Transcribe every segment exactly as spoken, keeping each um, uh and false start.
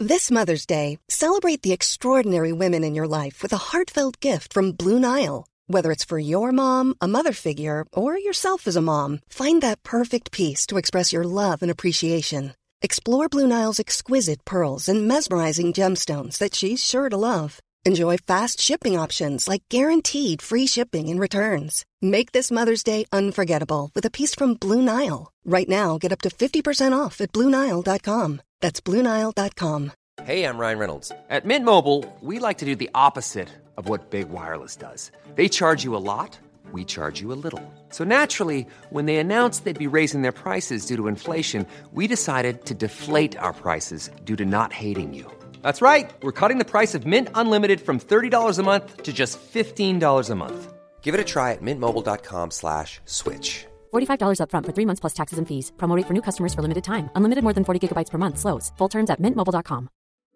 This Mother's Day, celebrate the extraordinary women in your life with a heartfelt gift from Blue Nile. Whether it's for your mom, a mother figure, or yourself as a mom, find that perfect piece to express your love and appreciation. Explore Blue Nile's exquisite pearls and mesmerizing gemstones that she's sure to love. Enjoy fast shipping options like guaranteed free shipping and returns. Make this Mother's Day unforgettable with a piece from Blue Nile. Right now, get up to fifty percent off at Blue Nile dot com. That's Blue Nile dot com. Hey, I'm Ryan Reynolds. At Mint Mobile, we like to do the opposite of what Big Wireless does. They charge you a lot, we charge you a little. So naturally, when they announced they'd be raising their prices due to inflation, we decided to deflate our prices due to not hating you. That's right. We're cutting the price of Mint Unlimited from thirty dollars a month to just fifteen dollars a month. Give it a try at mintmobile.com slash switch. forty-five dollars up front for three months plus taxes and fees. Promo rate for new customers for limited time. Unlimited more than forty gigabytes per month. Slows full terms at mint mobile dot com.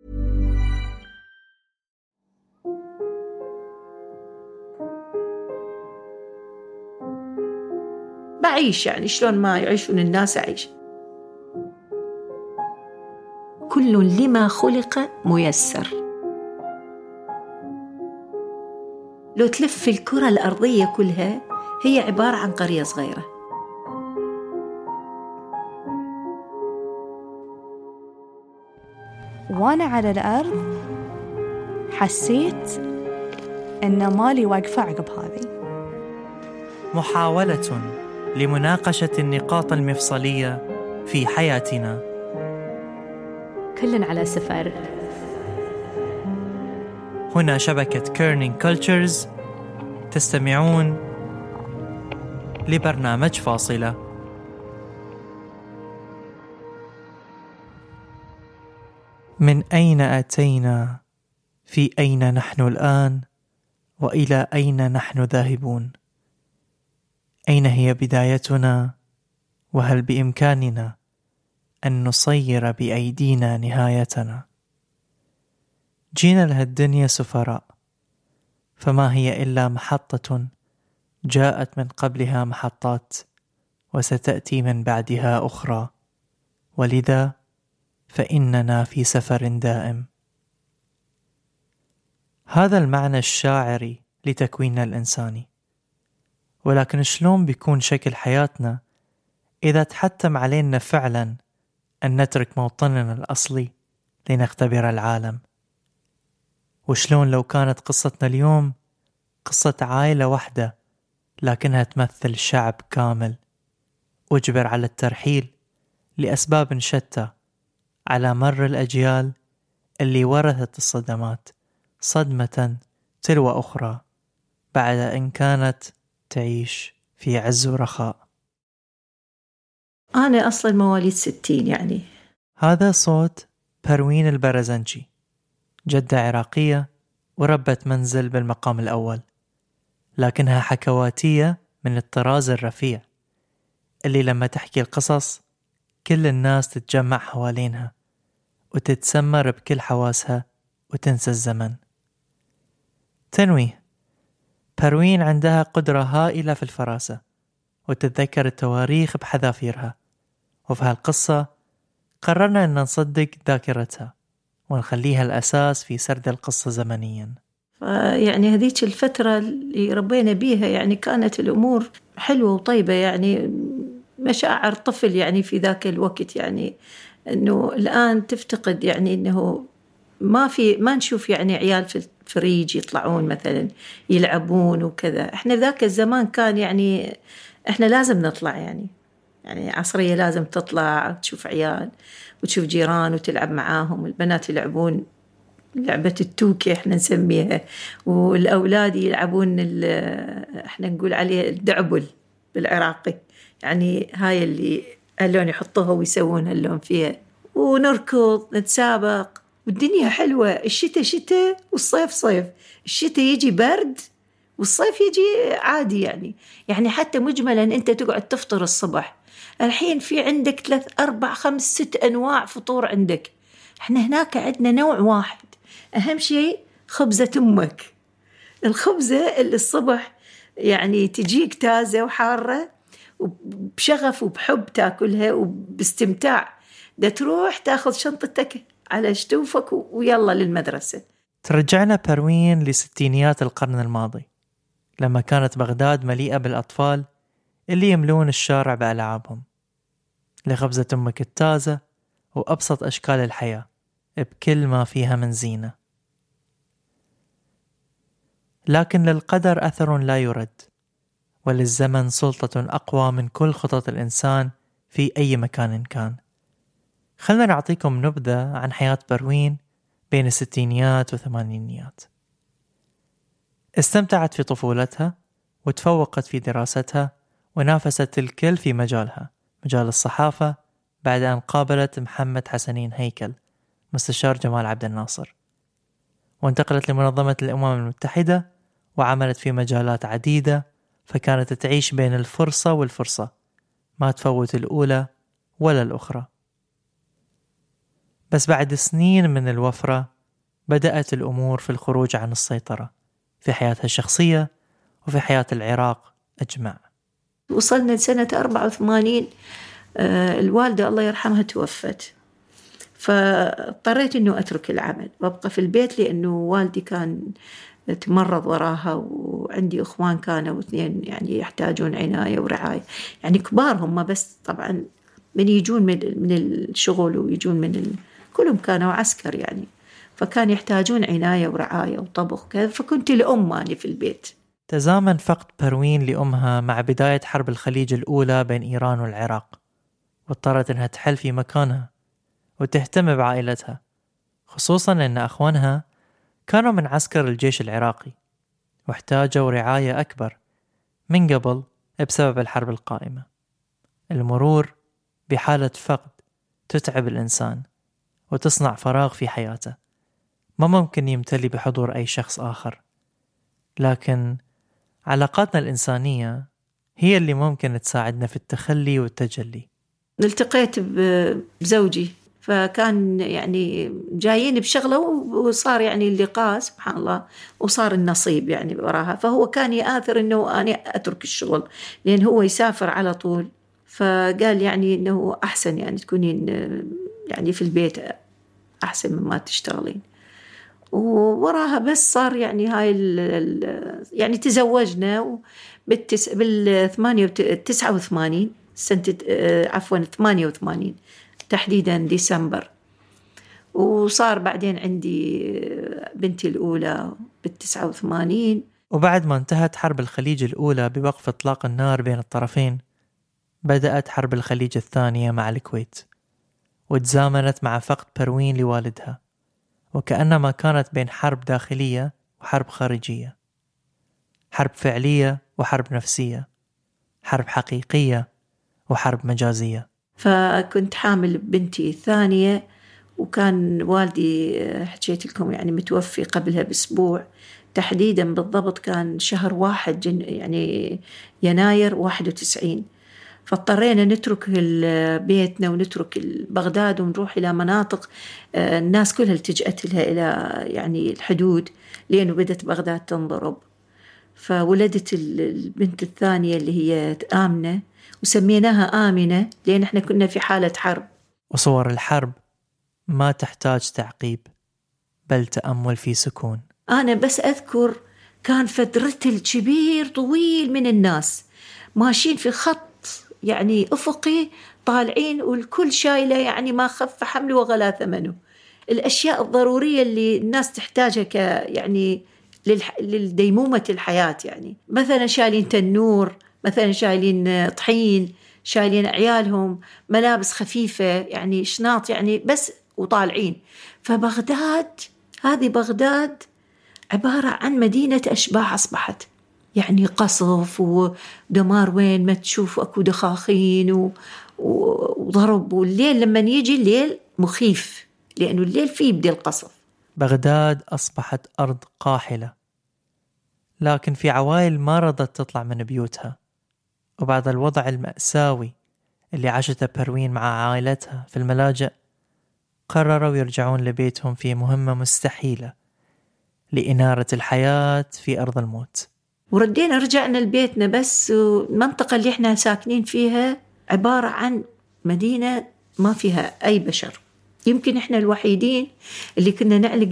بعيش يعني شلون ما يعيشون الناس أعيش. كل لما خلق ميسر. لو تلف الكرة الأرضية كلها هي عبارة عن قرية صغيرة. وأنا على الأرض حسيت أن مالي واقفة عقب هذه. محاولة لمناقشة النقاط المفصلية في حياتنا. كلن على سفر. هنا شبكة كيرنينج كولتشرز، تستمعون لبرنامج فاصلة. من أين أتينا؟ في أين نحن الآن؟ وإلى أين نحن ذاهبون؟ أين هي بدايتنا؟ وهل بإمكاننا أن نصير بأيدينا نهايتنا؟ جينا لهالدنيا سفراء، فما هي إلا محطة جاءت من قبلها محطات، وستأتي من بعدها أخرى، ولذا فإننا في سفر دائم. هذا المعنى الشاعري لتكويننا الإنساني. ولكن شلون بيكون شكل حياتنا إذا تحتم علينا فعلا أن نترك موطننا الأصلي لنختبر العالم؟ وشلون لو كانت قصتنا اليوم قصة عائلة واحدة لكنها تمثل شعب كامل أجبر على الترحيل لأسباب شتى على مر الأجيال اللي ورثت الصدمات صدمة تلو أخرى بعد أن كانت تعيش في عز ورخاء. أنا أصلا مواليد ستين يعني. هذا صوت بروين البرزنجي، جدة عراقية وربت منزل بالمقام الأول، لكنها حكواتية من الطراز الرفيع اللي لما تحكي القصص كل الناس تتجمع حوالينها وتتسمر بكل حواسها وتنسى الزمن. تنويه: بروين عندها قدرة هائلة في الفراسة وتتذكر التواريخ بحذافيرها، وفي هالقصة قررنا أن نصدق ذاكرتها ونخليها الأساس في سرد القصة زمنيا. يعني هذيك الفترة اللي ربينا بيها يعني كانت الأمور حلوة وطيبة، يعني مشاعر طفل يعني في ذاك الوقت، يعني أنه الآن تفتقد يعني أنه ما في ما نشوف يعني عيال في الفريج يطلعون مثلا يلعبون وكذا. إحنا ذاك الزمان كان يعني إحنا لازم نطلع، يعني يعني عصرية لازم تطلع تشوف عيال وتشوف جيران وتلعب معاهم. البنات يلعبون لعبة التوكي إحنا نسميها، والأولاد يلعبون إحنا نقول عليه الدعبل بالعراقي، يعني هاي اللي اللون يحطوها ويسوون اللون فيها، ونركض نتسابق والدنيا حلوة. الشتاء شتاء والصيف صيف، الشتاء يجي برد والصيف يجي عادي، يعني يعني حتى مجملا أنت تقعد تفطر الصبح. الحين في عندك ثلاث أربع خمس ست أنواع فطور عندك. إحنا هناك عندنا نوع واحد، أهم شيء خبزة أمك، الخبزة اللي الصبح يعني تجيك تازة وحارة وبشغف وبحب تاكلها وباستمتاع. دا تروح تاخذ شنطتك على شتوفك ويلا للمدرسة. ترجعنا بروين لستينيات القرن الماضي، لما كانت بغداد مليئة بالأطفال اللي يملون الشارع بألعابهم، لخبزة أمك التازة وأبسط أشكال الحياة بكل ما فيها من زينة. لكن للقدر أثر لا يرد، وللزمن سلطة أقوى من كل خطط الإنسان في أي مكان كان. خلنا نعطيكم نبذة عن حياة بروين بين الستينيات والثمانينيات. استمتعت في طفولتها وتفوقت في دراستها ونافست الكل في مجالها، مجال الصحافة، بعد أن قابلت محمد حسنين هيكل مستشار جمال عبد الناصر، وانتقلت لمنظمة الأمم المتحدة وعملت في مجالات عديدة، فكانت تعيش بين الفرصة والفرصة، ما تفوت الأولى ولا الأخرى. بس بعد سنين من الوفرة بدأت الأمور في الخروج عن السيطرة في حياتها الشخصية وفي حياة العراق أجمع. وصلنا لسنة أربعة وثمانين، آه الوالدة الله يرحمها توفت، فاضطريت أنه أترك العمل وأبقى في البيت، لأنه والدي كان تمرض وراها، وعندي أخوان كانوا اثنين يعني يحتاجون عناية ورعاية، يعني كبار هم، بس طبعا من يجون من من الشغل ويجون من ال... كلهم كانوا عسكر يعني، فكان يحتاجون عناية ورعاية وطبخ كذا، فكنت الأم أنا في البيت. تزامن فقد بروين لأمها مع بداية حرب الخليج الأولى بين إيران والعراق، واضطرت أنها تحل في مكانها وتهتم بعائلتها، خصوصا أن أخوانها كانوا من عسكر الجيش العراقي واحتاجوا رعاية أكبر من قبل بسبب الحرب القائمة. المرور بحالة فقد تتعب الإنسان وتصنع فراغ في حياته ما ممكن يمتلي بحضور أي شخص آخر، لكن علاقاتنا الإنسانية هي اللي ممكن تساعدنا في التخلي والتجلي. التقيت بزوجي، فكان يعني جايين بشغله وصار يعني اللقاء سبحان الله، وصار النصيب يعني وراها، فهو كان يآثر إنه أنا أترك الشغل لأن هو يسافر على طول، فقال يعني إنه أحسن يعني تكونين يعني في البيت أحسن مما تشتغلين. ووراها بس صار يعني هاي ال يعني تزوجنا بالتس بالثمانية تسعة وثمانين سنة عفوا ثمانية وثمانين تحديدا ديسمبر، وصار بعدين عندي بنتي الأولى بالتسعة وثمانين. وبعد ما انتهت حرب الخليج الأولى بوقف إطلاق النار بين الطرفين، بدأت حرب الخليج الثانية مع الكويت، وتزامنت مع فقد بروين لوالدها، وكأنما كانت بين حرب داخلية وحرب خارجية، حرب فعلية وحرب نفسية، حرب حقيقية وحرب مجازية. فكنت حامل بنتي الثانية، وكان والدي حكيت لكم يعني متوفي قبلها بأسبوع تحديدا، بالضبط كان شهر واحد جن يعني يناير واحد وتسعين. فاضطرينا نترك بيتنا ونترك بغداد ونروح إلى مناطق الناس كلها التجأت لها إلى يعني الحدود، لأنه بدت بغداد تنضرب. فولدت البنت الثانية اللي هي آمنة، وسميناها آمنة لأن احنا كنا في حالة حرب. وصور الحرب ما تحتاج تعقيب بل تأمل في سكون. أنا بس أذكر كان فترتل كبير طويل من الناس ماشيين في خط يعني أفقي طالعين، والكل شايلة يعني ما خف حمله وغلا ثمنه، الأشياء الضرورية اللي الناس تحتاجها ك يعني للديمومة الحياة، يعني مثلا شايلين تنور، مثلا شايلين طحين، شايلين عيالهم ملابس خفيفة يعني شناط يعني بس وطالعين. فبغداد هذه بغداد عبارة عن مدينة أشباح أصبحت، يعني قصف ودمار وين ما تشوف، أكو دخاخين وضرب، والليل لما يجي الليل مخيف لأنه الليل فيه يبدأ القصف. بغداد أصبحت أرض قاحلة، لكن في عوائل ما رضت تطلع من بيوتها، وبعد الوضع المأساوي اللي عاشته بروين مع عائلتها في الملاجئ، قرروا يرجعون لبيتهم في مهمة مستحيلة لإنارة الحياة في أرض الموت. وردينا رجعنا لبيتنا، بس المنطقة اللي احنا ساكنين فيها عبارة عن مدينة ما فيها أي بشر، يمكن إحنا الوحيدين اللي كنا نعلق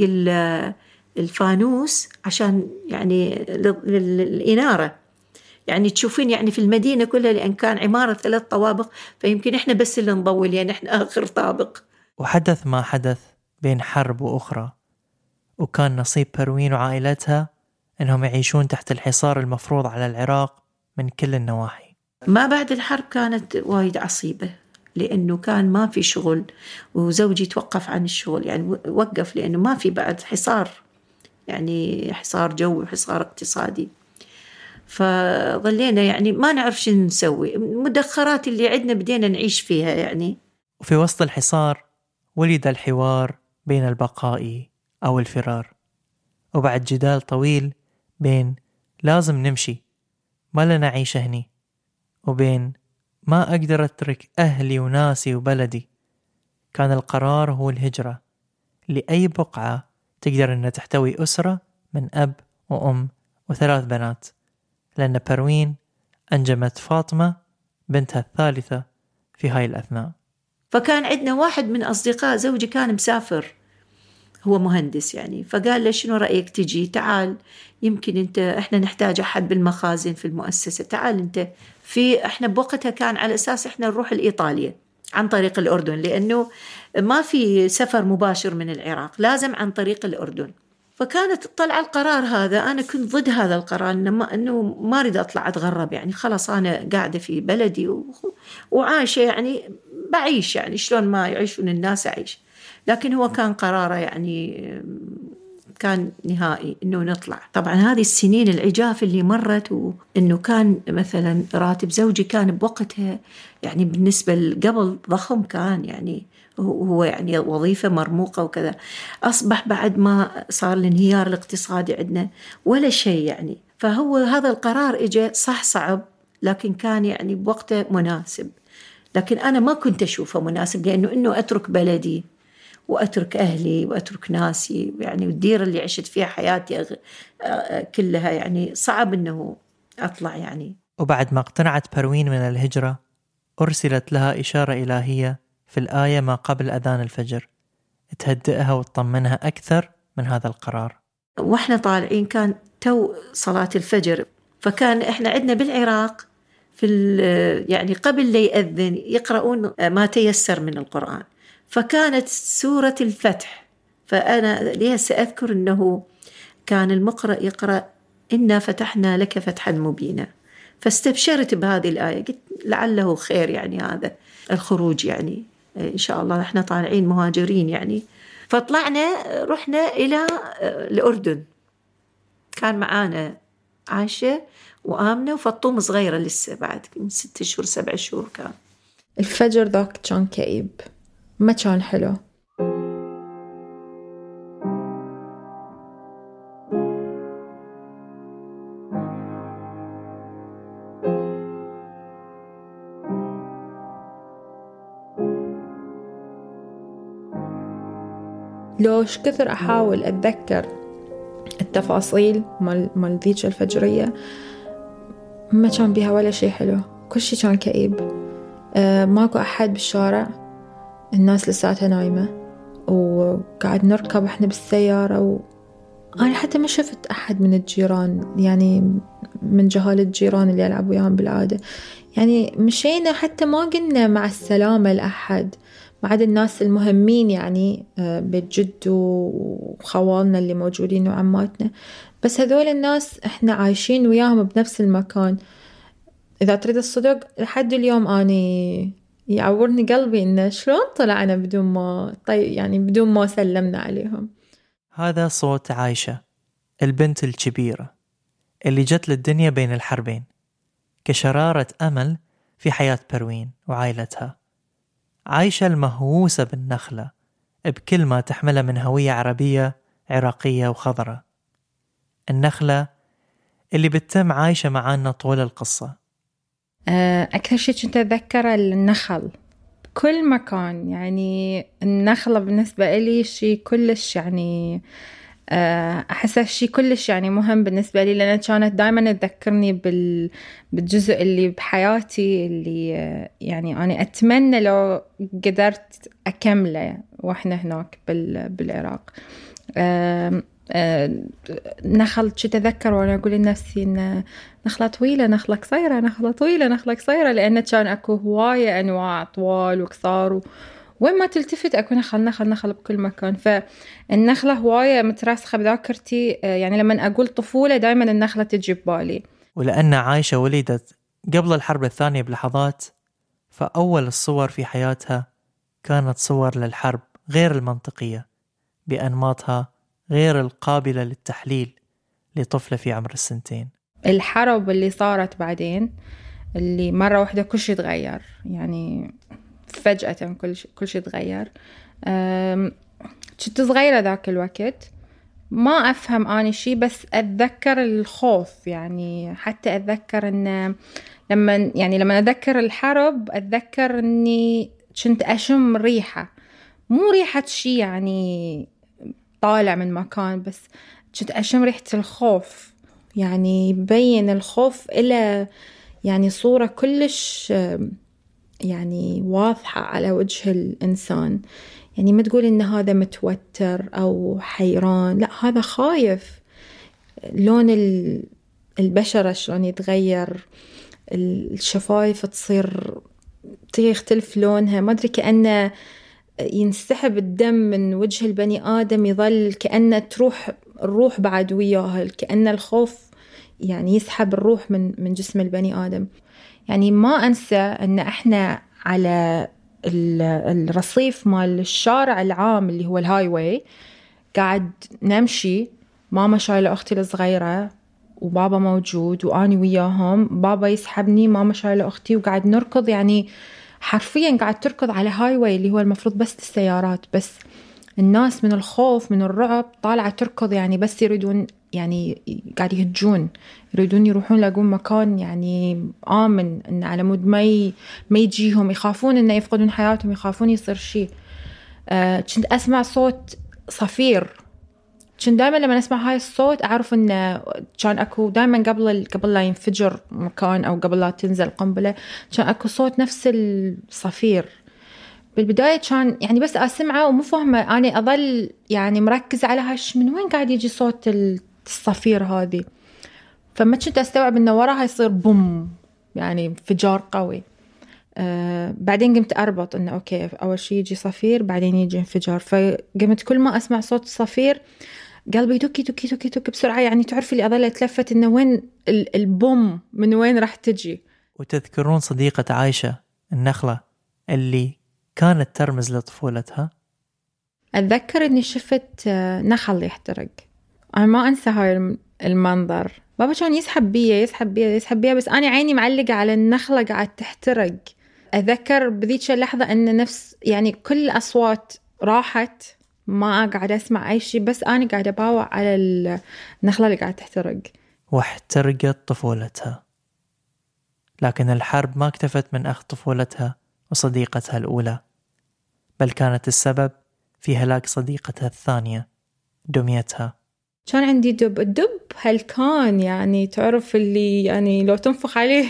الفانوس عشان يعني الإنارة. يعني تشوفين يعني في المدينة كلها، لأن كان عمارة ثلاث طوابق، فيمكن إحنا بس اللي نضوي، يعني إحنا آخر طابق. وحدث ما حدث بين حرب وأخرى، وكان نصيب بروين وعائلتها أنهم يعيشون تحت الحصار المفروض على العراق من كل النواحي. ما بعد الحرب كانت وايد عصيبة، لأنه كان ما في شغل، وزوجي توقف عن الشغل، يعني وقف لأنه ما في بعد حصار، يعني حصار جوي وحصار اقتصادي. فظلينا يعني ما نعرف شو نسوي، المدخرات اللي عندنا بدينا نعيش فيها يعني. وفي وسط الحصار ولد الحوار بين البقاء أو الفرار، وبعد جدال طويل بين لازم نمشي ما لنا عيش هني، وبين ما أقدر أترك أهلي وناسي وبلدي، كان القرار هو الهجرة لأي بقعة تقدر أن تحتوي أسرة من أب وأم وثلاث بنات، لأن بروين أنجمت فاطمة بنتها الثالثة في هاي الأثناء. فكان عندنا واحد من أصدقاء زوجي كان مسافر، هو مهندس يعني، فقال له شنو رأيك تجي، تعال يمكن أنت إحنا نحتاج أحد بالمخازن في المؤسسة، تعال أنت. في إحنا بوقتها كان على أساس إحنا نروح لإيطاليا عن طريق الأردن، لأنه ما في سفر مباشر من العراق، لازم عن طريق الأردن. فكانت طلع القرار هذا، أنا كنت ضد هذا القرار، إنه ما, إنه ما أريد أطلع أتغرب، يعني خلاص أنا قاعدة في بلدي وعايشة، يعني بعيش يعني شلون ما يعيشون الناس أعيش. لكن هو كان قراره يعني كان نهائي إنه نطلع. طبعا هذه السنين العجاف اللي مرت، وإنه كان مثلا راتب زوجي كان بوقتها يعني بالنسبة قبل ضخم، كان يعني هو يعني وظيفة مرموقة وكذا، أصبح بعد ما صار الانهيار الاقتصادي عندنا ولا شيء يعني. فهو هذا القرار إجا صح صعب، لكن كان يعني بوقته مناسب. لكن أنا ما كنت أشوفه مناسب، لأنه إنه أترك بلدي وأترك أهلي وأترك ناسي يعني، والديرة اللي عشت فيها حياتي كلها، يعني صعب إنه أطلع يعني. وبعد ما اقتنعت بروين من الهجرة، أرسلت لها إشارة إلهية في الآية ما قبل أذان الفجر تهدئها وتطمنها أكثر من هذا القرار. وإحنا طالعين كان تو صلاة الفجر، فكان إحنا عندنا بالعراق في يعني قبل لا يأذن يقرؤون ما تيسر من القرآن، فكانت سورة الفتح. فأنا ليه سأذكر أنه كان المقرأ يقرأ إنا فتحنا لك فتحا مبينا، فاستبشرت بهذه الآية، قلت لعله خير يعني هذا الخروج، يعني إن شاء الله إحنا طالعين مهاجرين يعني. فطلعنا رحنا إلى الأردن، كان معانا عائشة وآمنة وفطوم صغيرة لسه بعد من ست شهور سبع شهور. كان الفجر ذاك كان كئيب، ما كان حلو. لوش كثر أحاول أتذكر التفاصيل مال مال ذيك الفجرية، ما كان بيها ولا شيء حلو، كل شيء كان كئيب. آه ماكو أحد بالشارع، الناس لساتها نايمة، وقاعد نركب إحنا بالسيارة، وأنا حتى ما شفت أحد من الجيران، يعني من جهال الجيران اللي ألعب وياهم بالعادة، يعني مشينا حتى ما قلنا مع السلامة لأحد، ما عدا الناس المهمين يعني بيت جد وخوالنا اللي موجودين وعماتنا، بس هذول الناس إحنا عايشين وياهم بنفس المكان. إذا تريد الصدق لحد اليوم أني يعورني قلبي إنه شلون طلعنا بدون ما طيب يعني بدون ما سلمنا عليهم. هذا صوت عايشة، البنت الكبيرة اللي جت للدنيا بين الحربين، كشرارة أمل في حياة بروين وعائلتها. عايشة المهووسة بالنخلة بكل ما تحمله من هوية عربية عراقية وخضرة، النخلة اللي بتتم عايشة معانا طول القصة. أكثر شيء كنت أتذكره النخل بكل مكان، يعني النخلة بالنسبة إلي شيء كلش يعني أحس هالشي كلش يعني مهم بالنسبة لي، لأن كانت دايما تذكرني بال... بالجزء اللي بحياتي اللي يعني أنا أتمنى لو قدرت أكمله وإحنا هناك بال... بالعراق. أه... أه... نخل شو تذكر وأنا أقول لنفسي إن نخلة طويلة نخلة قصيرة نخلة طويلة نخلة قصيرة، لأن كان أكو هواية أنواع طوال وقصار و... وين ما تلتفت أكو نخل نخل نخل بكل مكان. فالنخلة هواية متراسخة بذاكرتي، يعني لما أقول طفولة دايما النخلة تجي ببالي. ولأن عايشة ولدت قبل الحرب الثانية بلحظات، فأول الصور في حياتها كانت صور للحرب غير المنطقية بأنماطها غير القابلة للتحليل لطفلة في عمر السنتين. الحرب اللي صارت بعدين اللي مرة واحدة كل شيء تغير، يعني فجأة كل شيء كل شيء تغير. كنت صغيرة ذاك الوقت ما أفهم أني شيء، بس أتذكر الخوف، يعني حتى أتذكر إن لما يعني لما أتذكر الحرب أتذكر إني كنت أشم ريحة، مو ريحة شيء يعني طالع من مكان، بس كنت أشم ريحة الخوف، يعني يبين الخوف إلى يعني صورة كلش يعني واضحة على وجه الإنسان. يعني ما تقول إن هذا متوتر أو حيران، لا هذا خايف. لون البشرة شلون يتغير، الشفايف تصير يختلف لونها، ما أدري كأنه ينسحب الدم من وجه البني آدم، يظل كأنه تروح الروح بعد وياها، كأن الخوف يعني يسحب الروح من من جسم البني آدم. يعني ما أنسى أن إحنا على الرصيف مال الشارع العام اللي هو الهاي واي قاعد نمشي، ماما شايلة أختي الصغيرة وبابا موجود وأني وياهم، بابا يسحبني، ماما شايلة أختي، وقاعد نركض، يعني حرفيا قاعد تركض على هاي واي اللي هو المفروض بس السيارات، بس الناس من الخوف من الرعب طالعة تركض، يعني بس يريدون يعني قاعد يهجون، يريدون يروحون يلاقون مكان يعني آمن، إن على مود ما ي... ما يجيهم، يخافون إنه يفقدون حياتهم، يخافون يصير شيء. أه كنت أسمع صوت صفير، كنت دائما لما أسمع هاي الصوت أعرف إنه كان أكو دائما قبل قبل لا ينفجر مكان أو قبل لا تنزل قنبلة، كان أكو صوت نفس الصفير. بالبداية كان يعني بس أسمعه ومو فاهمة، أنا أظل يعني مركزة على هاش من وين قاعد يجي صوت الصفير هذه، فما كنت أستوعب إنه وراها يصير بوم، يعني انفجار قوي. آه بعدين قمت أربط إنه أوكي أول شيء يجي صفير بعدين يجي انفجار، فقمت كل ما أسمع صوت الصفير قلبي توكي توكي توكي توكي بسرعة، يعني تعرفي اللي أظل أتلفت إنه وين البوم من وين راح تجي. وتذكرون صديقة عايشة النخلة اللي كانت ترمز لطفولتها؟ أتذكر إني شفت نخل يحترق، أنا ما أنسى هاي المنظر. بابا كان يسحب بيا يسحب بيا يسحب بيا، بس أنا عيني معلقة على النخلة قاعد تحترق. أتذكر بذيك اللحظة أن نفس يعني كل الأصوات راحت، ما قاعد أسمع أي شيء، بس أنا قاعدة أباوع على النخلة اللي قاعد تحترق. واحترقت طفولتها، لكن الحرب ما اكتفت من أخذ طفولتها وصديقتها الأولى، بل كانت السبب في هلاك صديقتها الثانية دميتها. كان عندي دب، الدب هل كان يعني تعرف اللي يعني لو تنفخ عليه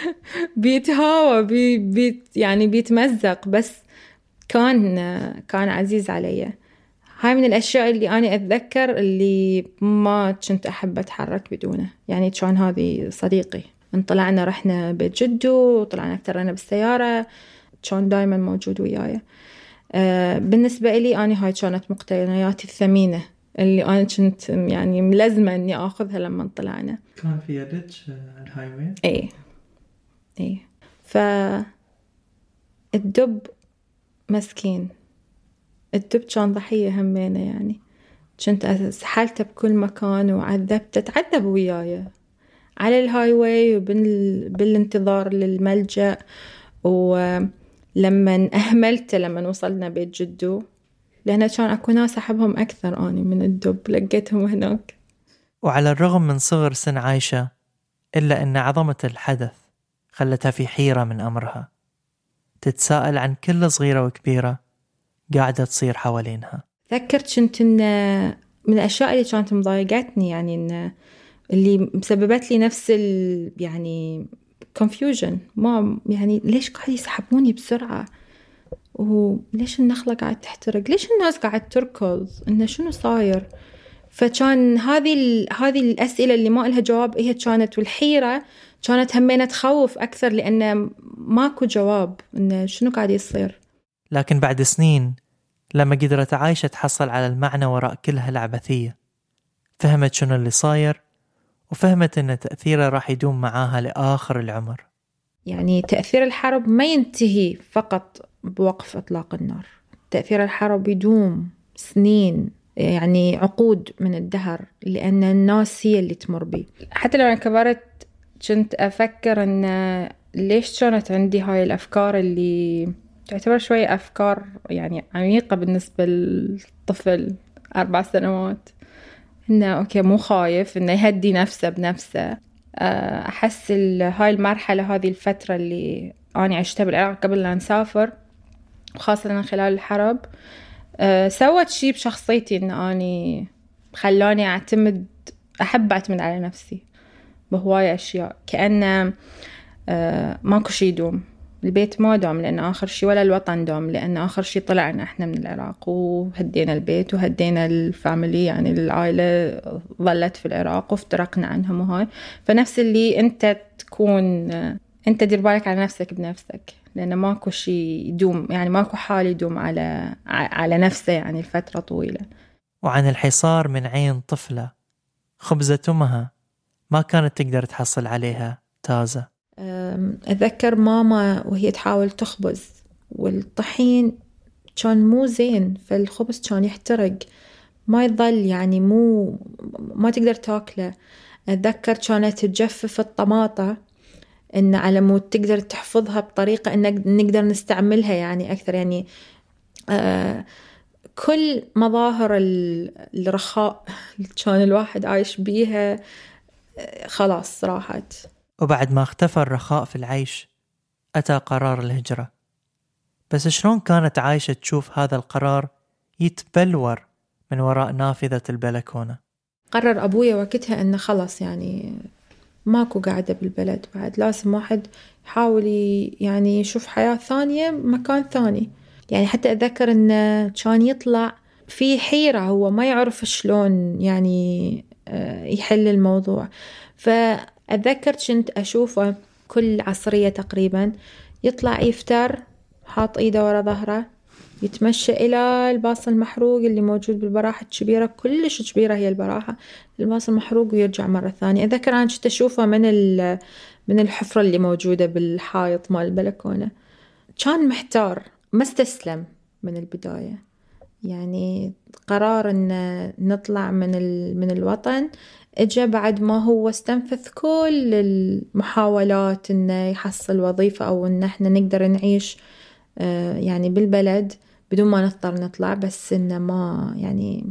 بيتهاوى بي بيت يعني بيتمزق، بس كان كان عزيز علي. هاي من الأشياء اللي أنا أتذكر اللي ما كنت أحب أتحرك بدونه، يعني كان هذه صديقي، انطلعنا رحنا بيت جدو وطلعنا افترنا بالسيارة، كان دايما موجود وياي. آه بالنسبة لي أنا هاي كانت مقتنياتي الثمينة اللي أنا كنت يعني ملزمة أني أخذها لما طلعنا. كان في يدك الهايوي؟ إيه إيه. فالدب مسكين، الدب كان ضحية همينة، يعني كنت سحلته بكل مكان وعذبته، تعذب وياي على الهايوي وبالانتظار للملجأ. ولما أهملته لما وصلنا بيت جدو، لأن كان أكو ناس أحبهم أكثر أني من الدب، لقيتهم هناك. وعلى الرغم من صغر سن عايشة، إلا أن عظمة الحدث خلتها في حيرة من أمرها، تتساءل عن كل صغيرة وكبيرة قاعدة تصير حوالينها. ذكرت كنت إن من الأشياء اللي كانت مضايقتني يعني إن اللي مسببت لي نفس ال يعني confusion، ما يعني ليش قاعد يسحبوني بسرعة، وليش النخلة قاعد تحترق، ليش الناس قاعد تركض، إنه شنو صاير. فكان هذه هذه الأسئلة اللي ما لها جواب هي كانت، والحيرة كانت همينة تخوف أكثر لأنه ماكو جواب إنه شنو قاعد يصير. لكن بعد سنين لما قدرت عايشة تحصل على المعنى وراء كل هالعبثية، فهمت شنو اللي صاير، وفهمت إن تأثيره راح يدوم معاها لآخر العمر. يعني تأثير الحرب ما ينتهي فقط بوقف إطلاق النار، تأثير الحرب يدوم سنين، يعني عقود من الدهر، لأن الناس هي اللي تمر بيه. حتى لما كبرت كنت أفكر أن ليش كانت عندي هاي الأفكار اللي تعتبر شوية أفكار يعني عميقة بالنسبة للطفل أربع سنوات، إنه أوكي مو خايف، إنه يهدي نفسه بنفسه. أحس هاي المرحلة، هذه الفترة اللي أنا عشتها بالعراق قبل لا نسافر، وخاصة من خلال الحرب، أه سوت شيء بشخصيتي إن أني خلاني أعتمد أحب أعتمد على نفسي بهواية أشياء، كأنه أه ماكو شيء يدوم، البيت ما دام لأن آخر شيء، ولا الوطن دام لأن آخر شيء طلعنا إحنا من العراق وهدينا البيت وهدينا الفاميلي، يعني العائلة ظلت في العراق وافترقنا عنهم. وهاي فنفس اللي أنت تكون أنت دير بالك على نفسك بنفسك، لأن ماكو شيء يدوم، يعني ماكو حال يدوم على على نفسه يعني الفترة طويلة. وعن الحصار من عين طفلة خبزة أمها ما كانت تقدر تحصل عليها تازة. أتذكر ماما وهي تحاول تخبز والطحين كان مو زين، فالخبز كان يحترق ما يظل يعني مو ما تقدر تاكله. أتذكر كانت تجفف الطماطة إن على مود تقدر تحفظها بطريقة إن نقدر نستعملها يعني أكثر، يعني آه كل مظاهر الرخاء اللي كان الواحد عايش بيها خلاص راحت. وبعد ما اختفى الرخاء في العيش أتى قرار الهجرة. بس شلون كانت عايشة تشوف هذا القرار يتبلور من وراء نافذة البلكونة؟ قرر أبويا وقتها أنه خلاص يعني ماكو قاعدة بالبلد بعد، لازم واحد يحاول يعني يشوف حياة ثانية مكان ثاني. يعني حتى أتذكر أنه كان يطلع في حيرة، هو ما يعرف شلون يعني يحل الموضوع. فأتذكر كنت أشوفه كل عصرية تقريبا يطلع يفتر حاط إيده ورا ظهره، يتمشى إلى الباص المحروق اللي موجود بالبراحة الكبيرة، كلش كبيرة هي البراحة، الباص المحروق، ويرجع مرة ثانية. أتذكر أنا كنت أشوفه من من الحفرة اللي موجودة بالحائط مال البلكونة. كان محتار، ما استسلم من البداية. يعني قرار إن نطلع من من الوطن إجا بعد ما هو استنفذ كل المحاولات إنه يحصل وظيفة أو إن إحنا نقدر نعيش يعني بالبلد بدون ما نضطر نطلع. بس إنه ما يعني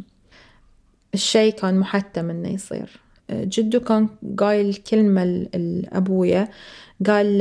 الشيء كان محتم إنه يصير. جده كان قايل كلمة لأبويا، قال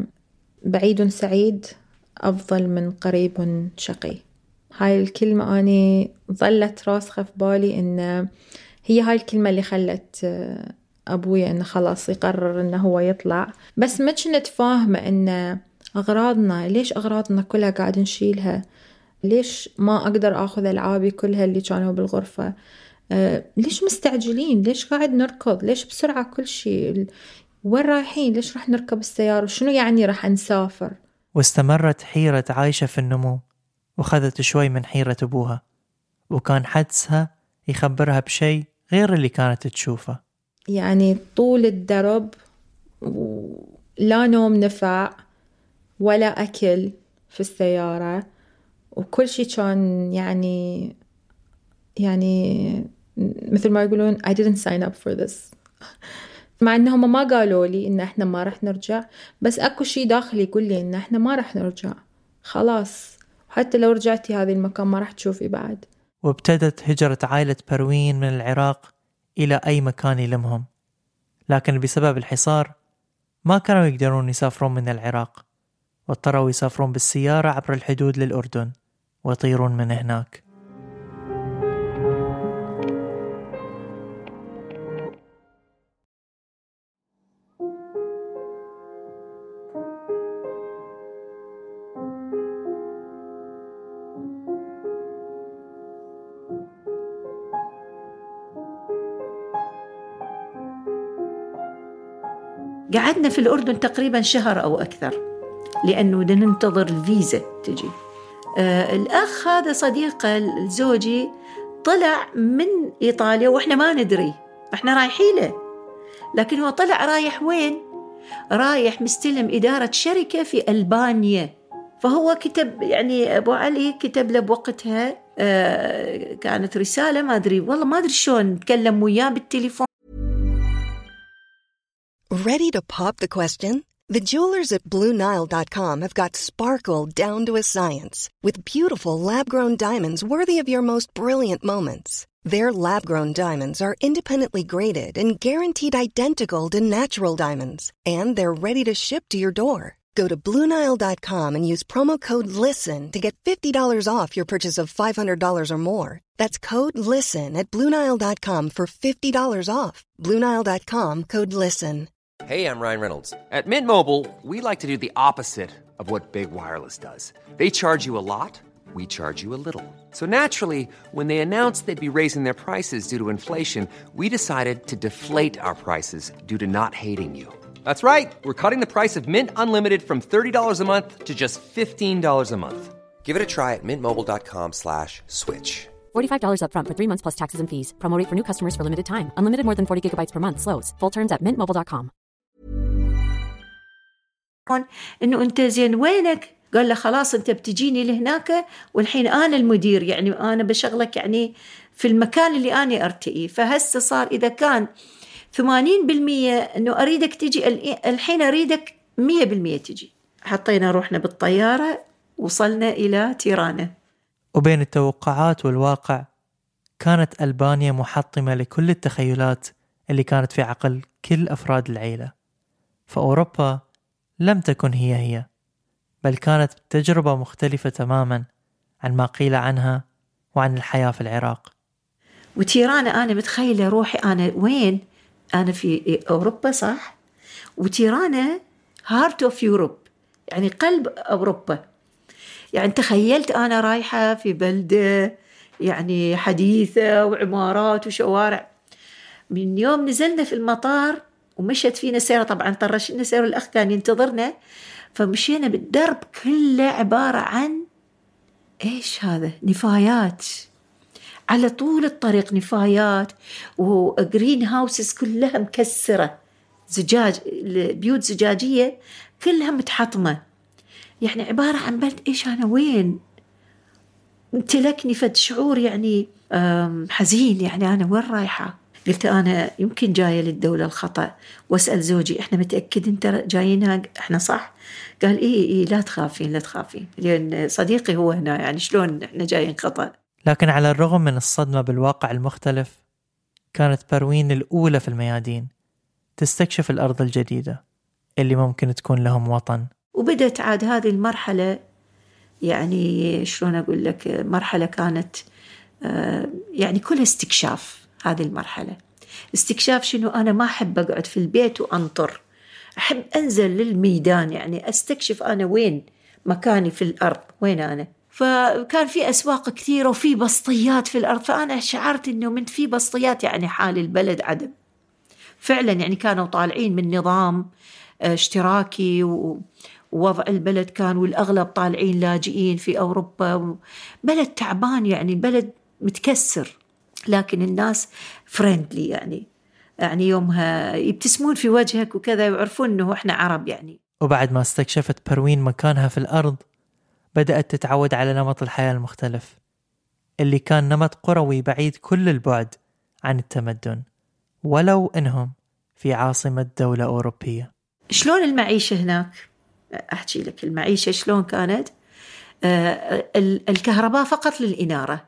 بعيد سعيد أفضل من قريب شقي. هاي الكلمة أني ظلت راسخة في بالي، إن هي هاي الكلمة اللي خلت أبويا إنه خلاص يقرر إنه هو يطلع. بس ما كنت فاهمة إن أغراضنا، ليش أغراضنا كلها قاعد نشيلها؟ ليش ما أقدر أخذ ألعابي كلها اللي كانوا بالغرفة؟ أه ليش مستعجلين؟ ليش قاعد نركض؟ ليش بسرعة كل شيء؟ وين رايحين؟ ليش راح نركب السيارة؟ وشنو يعني راح نسافر؟ واستمرت حيرة عايشة في النمو، وخذت شوي من حيرة أبوها، وكان حدسها يخبرها بشيء غير اللي كانت تشوفه. يعني طول الدرب لا نوم نفع ولا أكل في السيارة، وكل شيء كان يعني يعني مثل ما يقولون I didn't sign up for this. مع إنهم ما قالوا لي إن إحنا ما رح نرجع، بس أكو شيء داخلي يقول لي إن إحنا ما رح نرجع خلاص، حتى لو رجعتي هذه المكان ما رح تشوفي بعد. وابتدت هجرة عائلة بروين من العراق إلى أي مكان يلمهم، لكن بسبب الحصار ما كانوا يقدرون يسافرون من العراق، واضطروا يسافرون بالسيارة عبر الحدود للأردن ويطيرون من هناك. قعدنا في الأردن تقريبا شهر أو أكثر، لأنه بدنا ننتظر الفيزا تجي. آه الأخ هذا صديقه زوجي طلع من إيطاليا وإحنا ما ندري، إحنا رايحين له، لكن هو طلع رايح وين؟ رايح مستلم إدارة شركة في ألبانيا. فهو كتب يعني أبو علي كتب له بوقتها آه كانت رسالة، ما أدري والله ما أدري شلون نتكلم وياه بالتليفون. Ready to pop the question? The jewelers at Blue Nile dot com have got sparkle down to a science with beautiful lab-grown diamonds worthy of your most brilliant moments. Their lab-grown diamonds are independently graded and guaranteed identical to natural diamonds, and they're ready to ship to your door. Go to Blue Nile dot com and use promo code LISTEN to get fifty dollars off your purchase of five hundred dollars or more. That's code LISTEN at Blue Nile dot com for fifty dollars off. Blue Nile dot com, code LISTEN. Hey, I'm Ryan Reynolds. At Mint Mobile, we like to do the opposite of what Big Wireless does. They charge you a lot, we charge you a little. So naturally, when they announced they'd be raising their prices due to inflation, we decided to deflate our prices due to not hating you. That's right. We're cutting the price of Mint Unlimited from thirty dollars a month to just fifteen dollars a month. Give it a try at mintmobile.com slash switch. forty-five dollars up front for three months plus taxes and fees. Promo rate for new customers for limited time. Unlimited more than forty gigabytes per month. Slows full terms at mint mobile dot com. إنه أنت زين وينك؟ قال له خلاص أنت بتجيني لهناك والحين أنا المدير، يعني أنا بشغلك يعني في المكان اللي أنا أرتئي. فهسه صار إذا كان ثمانين بالمية إنه أريدك تجي، الحين أريدك مية بالمية تجي. حطينا روحنا بالطيارة، وصلنا إلى تيرانا. وبين التوقعات والواقع كانت ألبانيا محطمة لكل التخيلات اللي كانت في عقل كل أفراد العيلة. فأوروبا لم تكن هي هي، بل كانت تجربة مختلفة تماما عن ما قيل عنها وعن الحياة في العراق. وتيرانا أنا متخيلة روحي أنا وين؟ أنا في أوروبا صح؟ وتيرانا heart of Europe، يعني قلب أوروبا. يعني تخيلت أنا رايحة في بلدة يعني حديثة وعمارات وشوارع. من يوم نزلنا في المطار ومشت فينا سيارة، طبعا طرشنا سيارة، الأخ كان ينتظرنا، فمشينا بالدرب كله عبارة عن إيش هذا؟ نفايات على طول الطريق، نفايات وجرين هاوسز كلها مكسرة، زجاج، بيوت زجاجية كلها متحطمة، يعني عبارة عن بلد. إيش أنا وين؟ امتلكني فد شعور يعني حزين، يعني أنا وين رايحة؟ قلت أنا يمكن جاية للدولة الخطأ، وأسأل زوجي إحنا متأكد أنت جايينها؟ إحنا صح؟ قال إيه إيه لا تخافين لا تخافين، لأن صديقي هو هنا، يعني شلون إحنا جايين خطأ. لكن على الرغم من الصدمة بالواقع المختلف، كانت بروين الأولى في الميادين تستكشف الأرض الجديدة اللي ممكن تكون لهم وطن. وبدأت عاد هذه المرحلة، يعني شلون أقول لك، مرحلة كانت يعني كلها استكشاف. هذه المرحلة استكشاف شنو؟ أنا ما أحب أقعد في البيت وأنطر، أحب أنزل للميدان، يعني أستكشف أنا وين مكاني في الأرض، وين أنا. فكان في أسواق كثيرة وفي بسطيات في الأرض، فأنا شعرت إنه من في بسطيات يعني حال البلد عدم فعلا، يعني كانوا طالعين من نظام اشتراكي ووضع البلد كان، والأغلب طالعين لاجئين في أوروبا، بلد تعبان يعني بلد متكسر، لكن الناس فريندلي، يعني يعني يومها يبتسمون في وجهك وكذا، ويعرفون إنه إحنا عرب يعني. وبعد ما استكشفت بروين مكانها في الأرض، بدأت تتعود على نمط الحياة المختلف اللي كان نمط قروي بعيد كل البعد عن التمدن، ولو إنهم في عاصمة دولة أوروبية. شلون المعيشة هناك؟ أحكي لك المعيشة شلون كانت. آه الكهرباء فقط للإنارة،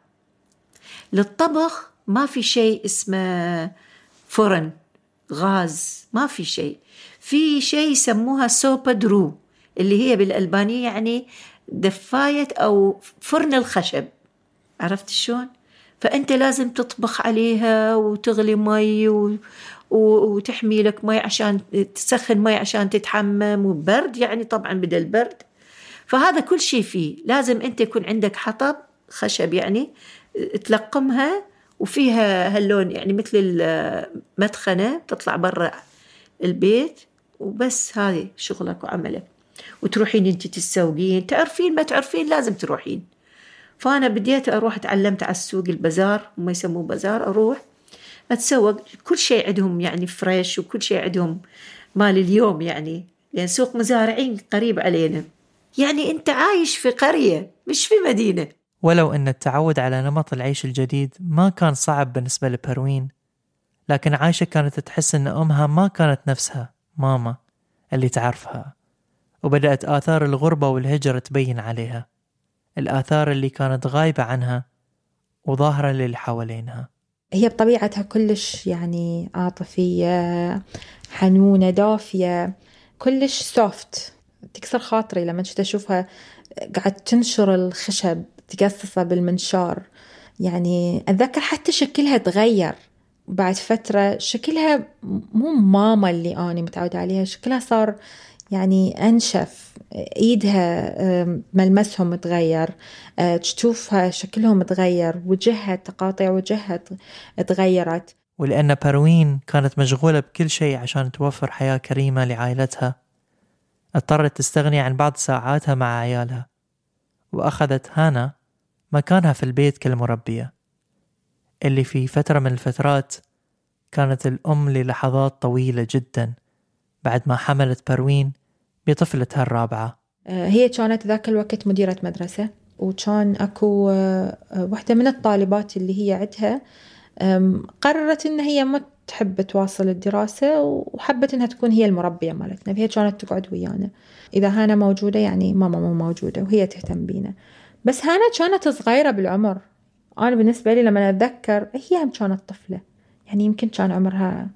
للطبخ ما في شيء اسمه فرن غاز، ما في شيء. في شيء يسموها سوبا درو، اللي هي بالألبانية يعني دفاية أو فرن الخشب، عرفت شلون؟ فأنت لازم تطبخ عليها وتغلي مي و... وتحمي لك مي عشان تسخن مي عشان تتحمم، وبرد يعني طبعا بدل البرد. فهذا كل شيء فيه لازم أنت يكون عندك حطب خشب، يعني تلقمها وفيها هاللون، يعني مثل المدخنة تطلع برا البيت وبس هذه شغلك وعملك، وتروحين انت تسوقين، تعرفين ما تعرفين لازم تروحين. فأنا بديت أروح تعلمت على السوق البزار، وما يسموه بزار، أروح أتسوق كل شيء عندهم يعني فريش، وكل شيء عندهم مال اليوم يعني، يعني سوق مزارعين قريب علينا، يعني أنت عايش في قرية مش في مدينة. ولو أن التعود على نمط العيش الجديد ما كان صعب بالنسبة لبروين، لكن عايشة كانت تحس أن أمها ما كانت نفسها ماما اللي تعرفها، وبدأت آثار الغربة والهجرة تبين عليها، الآثار اللي كانت غايبة عنها وظاهرة للي حوالينها. هي بطبيعتها كلش يعني عاطفية، حنونة، دافية، كلش سوفت. تكسر خاطري لما أشوفها قاعد تنشر الخشب تقصصه بالمنشار. يعني أتذكر حتى شكلها تغير بعد فترة، شكلها مو ماما اللي أنا متعودة عليها، شكلها صار يعني أنشف، إيدها ملمسهم متغير، تشوفها شكلهم متغير، وجهها تقاطع وجهها تغيرت. ولأن بروين كانت مشغولة بكل شيء عشان توفر حياة كريمة لعائلتها، اضطرت تستغني عن بعض ساعاتها مع عيالها، وأخذت هانا مكانها في البيت كالمربية، اللي في فترة من الفترات كانت الأم للحظات طويلة جدا بعد ما حملت بروين بطفلتها الرابعة. هي كانت ذاك الوقت مديرة مدرسة، وكان أكو واحدة من الطالبات اللي هي عندها قررت إن هي ما تحب تواصل الدراسة، وحبت إنها تكون هي المربية مالتنا، فهي كانت تقعد ويانا. إذا هانا موجودة يعني ماما مو موجودة، وهي تهتم بينا. بس هانا كانت صغيرة بالعمر، أنا بالنسبة لي لما أتذكر هي هم كانت طفلة، يعني يمكن كان عمرها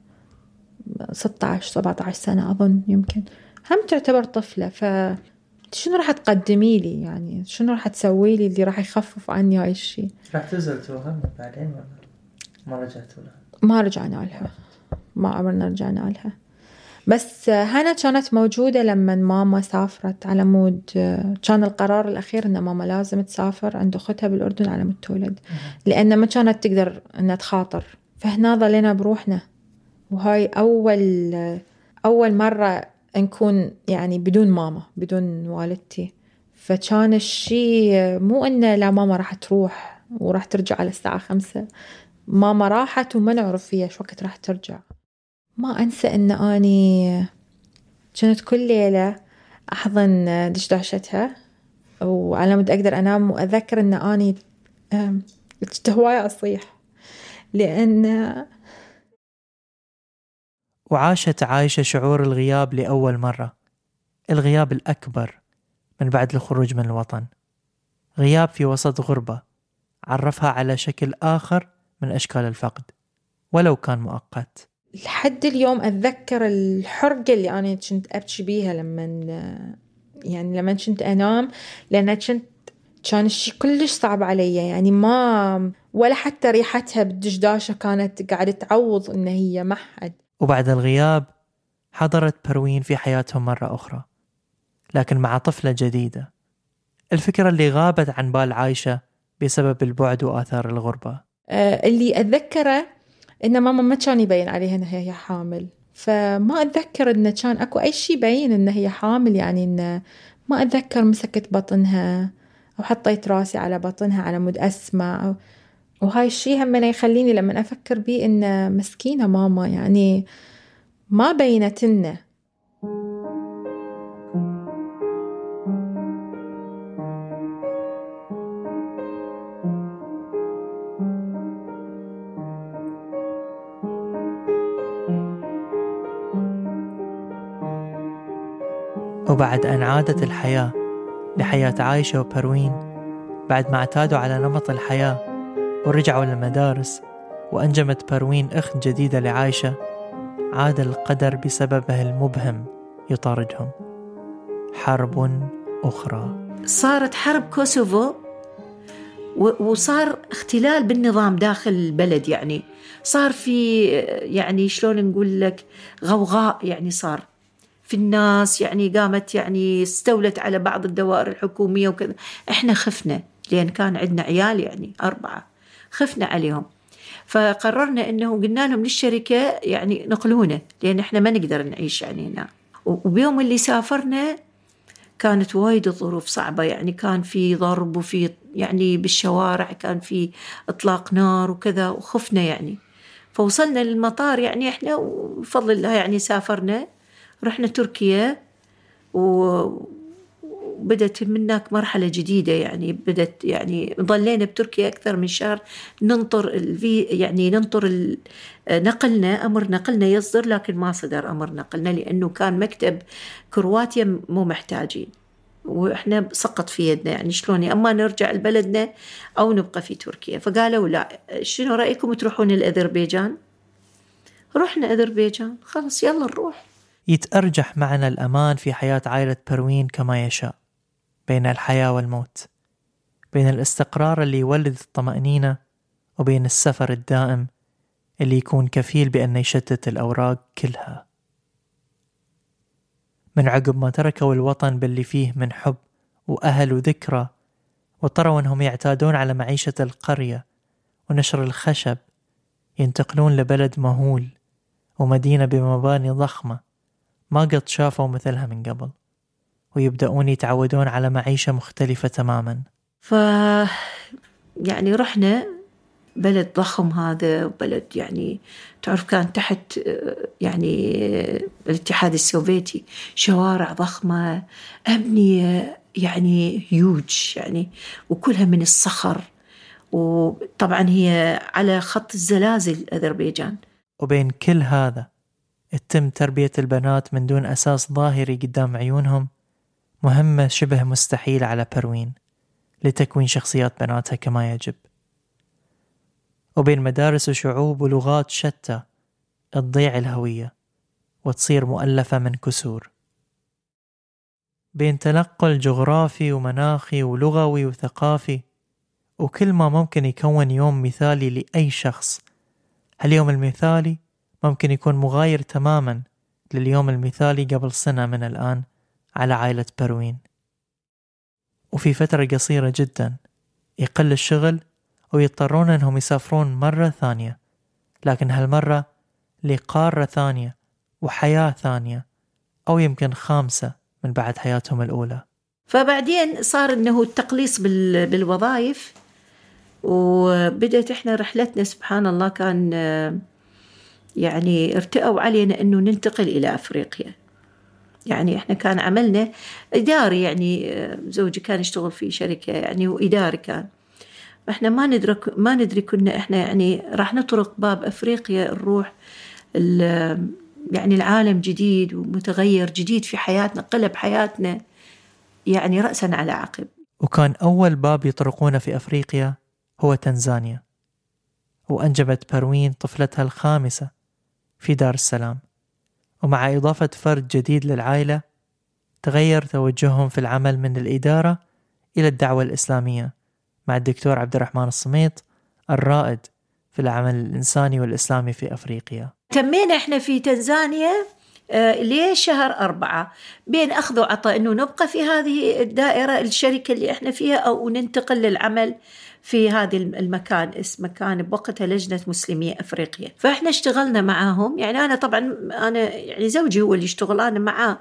ستة عشر سبعة عشر سنة أظن، يمكن هم تعتبر طفلة. ف شنو راح تقدمي لي؟ يعني شنو راح تسوي لي اللي راح يخفف عني هاي الشيء؟ راح تزلتوها بعدين ما رجعتوا لها؟ ما رجعنا لها، ما عمرنا رجعنا لها. بس هانا كانت موجودة لما ماما سافرت، على مود كان القرار الأخير إن ماما لازم تسافر عند أختها بالأردن على مود تولد، لأن ما كانت تقدر إنها تخاطر. فهنا ظلينا بروحنا، وهاي أول أول مرة نكون يعني بدون ماما، بدون والدتي. فكان الشيء مو إن لا ماما راح تروح وراح ترجع على الساعة خمسة، ماما راحت وما نعرف فيها شو وقت راح ترجع. ما أنسى إن أني كنت كل ليلة أحضن دشداشتها وعلى مود أقدر أنام، وأذكر إن أني كنت هواية أصيح، لأن وعاشت عايشة شعور الغياب لأول مرة، الغياب الأكبر من بعد الخروج من الوطن، غياب في وسط غربة عرفها على شكل آخر من أشكال الفقد ولو كان مؤقت. لحد اليوم أتذكر الحرقة اللي أنا كنت أبكي بيها لما يعني لما كنت أنام، لأن كنت كان الشيء كلش صعب علي، يعني ما ولا حتى ريحتها بالدشداشة كانت قاعدة تعوض إن هي محد. وبعد الغياب حضرت بروين في حياتهم مرة أخرى، لكن مع طفلة جديدة، الفكرة اللي غابت عن بال عايشة بسبب البعد وآثار الغربة. آه اللي أتذكره إن ماما ما كان يبين عليها إنها هي حامل، فما أتذكر إن كان أكو أي شيء يبين إنها هي حامل، يعني إن ما أتذكر مسكت بطنها أو حطيت راسي على بطنها على مود أسمع، وهاي الشيء هم يخليني لما أفكر بيه إن مسكينة ماما يعني ما بينت لنا. وبعد أن عادت الحياة لحياة عايشة وبروين، بعد ما اعتادوا على نمط الحياة ورجعوا للمدارس وأنجمت بروين أخت جديدة لعايشة، عاد القدر بسببه المبهم يطاردهم، حرب أخرى. صارت حرب كوسوفو، وصار اختلال بالنظام داخل البلد، يعني صار في يعني شلون نقول لك غوغاء، يعني صار في الناس يعني قامت يعني استولت على بعض الدوائر الحكومية وكذا. احنا خفنا لأن كان عندنا عيال يعني أربعة، خفنا عليهم، فقررنا إنه قلنا لهم للشركة يعني نقلونا، لأن احنا ما نقدر نعيش يعني هنا. وبيوم اللي سافرنا كانت وايد الظروف صعبة، يعني كان في ضرب وفي يعني بالشوارع كان في إطلاق نار وكذا، وخفنا يعني. فوصلنا للمطار يعني إحنا وفضل الله يعني سافرنا، رحنا تركيا وبدت منك مرحلة جديدة يعني. بدت يعني ظلينا بتركيا أكثر من شهر ننطر الفي يعني ننطر نقلنا أمر نقلنا يصدر، لكن ما صدر أمر نقلنا لأنه كان مكتب كرواتيا مو محتاجين، وإحنا سقط في يدنا يعني شلون أما نرجع لبلدنا أو نبقى في تركيا. فقالوا لا، شنو رأيكم تروحون الأذربيجان؟ رحنا أذربيجان، خلص يلا نروح. يتأرجح معنا الأمان في حياة عائلة بروين كما يشاء، بين الحياة والموت، بين الاستقرار اللي يولد الطمأنينة وبين السفر الدائم اللي يكون كفيل بأن يشتت الأوراق كلها. من عقب ما تركوا الوطن باللي فيه من حب وأهل وذكرى، واضطروا أنهم يعتادون على معيشة القرية ونشر الخشب، ينتقلون لبلد مهول ومدينة بمباني ضخمة ما قد شافوا مثلها من قبل، ويبدأون يتعودون على معيشة مختلفة تماما. ف يعني رحنا بلد ضخم، هذا بلد يعني تعرف كان تحت يعني الاتحاد السوفيتي، شوارع ضخمة، أبنية يعني هيوج يعني، وكلها من الصخر، وطبعا هي على خط الزلازل أذربيجان. وبين كل هذا تتم تربية البنات من دون أساس ظاهري قدام عيونهم، مهمة شبه مستحيل على بروين لتكوين شخصيات بناتها كما يجب. وبين مدارس وشعوب ولغات شتى تضيع الهوية وتصير مؤلفة من كسور، بين تنقل جغرافي ومناخي ولغوي وثقافي، وكل ما ممكن يكون يوم مثالي لأي شخص. هاليوم المثالي ممكن يكون مغاير تماما لليوم المثالي قبل سنة من الآن على عائلة بروين. وفي فترة قصيرة جدا يقل الشغل ويضطرون أنهم يسافرون مرة ثانية، لكن هالمرة لقارة ثانية وحياة ثانية، أو يمكن خامسة من بعد حياتهم الأولى. فبعدين صار أنه التقليص بالوظائف، وبدأت إحنا رحلتنا سبحان الله كان يعني ارتأوا علينا أنه ننتقل إلى أفريقيا. يعني إحنا كان عملنا إداري، يعني زوجي كان يشتغل في شركة يعني وإداري كان، إحنا ما ندرك ما ندري كنا إحنا يعني راح نطرق باب أفريقيا، نروح يعني العالم جديد ومتغير جديد في حياتنا، قلب حياتنا يعني رأسا على عقب. وكان أول باب يطرقونه في أفريقيا هو تنزانيا، وأنجبت بروين طفلتها الخامسة في دار السلام. ومع إضافة فرد جديد للعائلة تغير توجههم في العمل من الإدارة إلى الدعوة الإسلامية مع الدكتور عبد الرحمن الصميط الرائد في العمل الإنساني والإسلامي في أفريقيا. تمينا إحنا في تنزانيا آه ليه شهر أربعة، بين أخذ وعطاء إنه نبقى في هذه الدائرة الشركة اللي إحنا فيها أو ننتقل للعمل في هذا المكان. اسم مكان بوقتها لجنة مسلمي أفريقيا. فإحنا اشتغلنا معاهم، يعني أنا طبعا أنا يعني زوجي هو اللي اشتغل أنا معاه.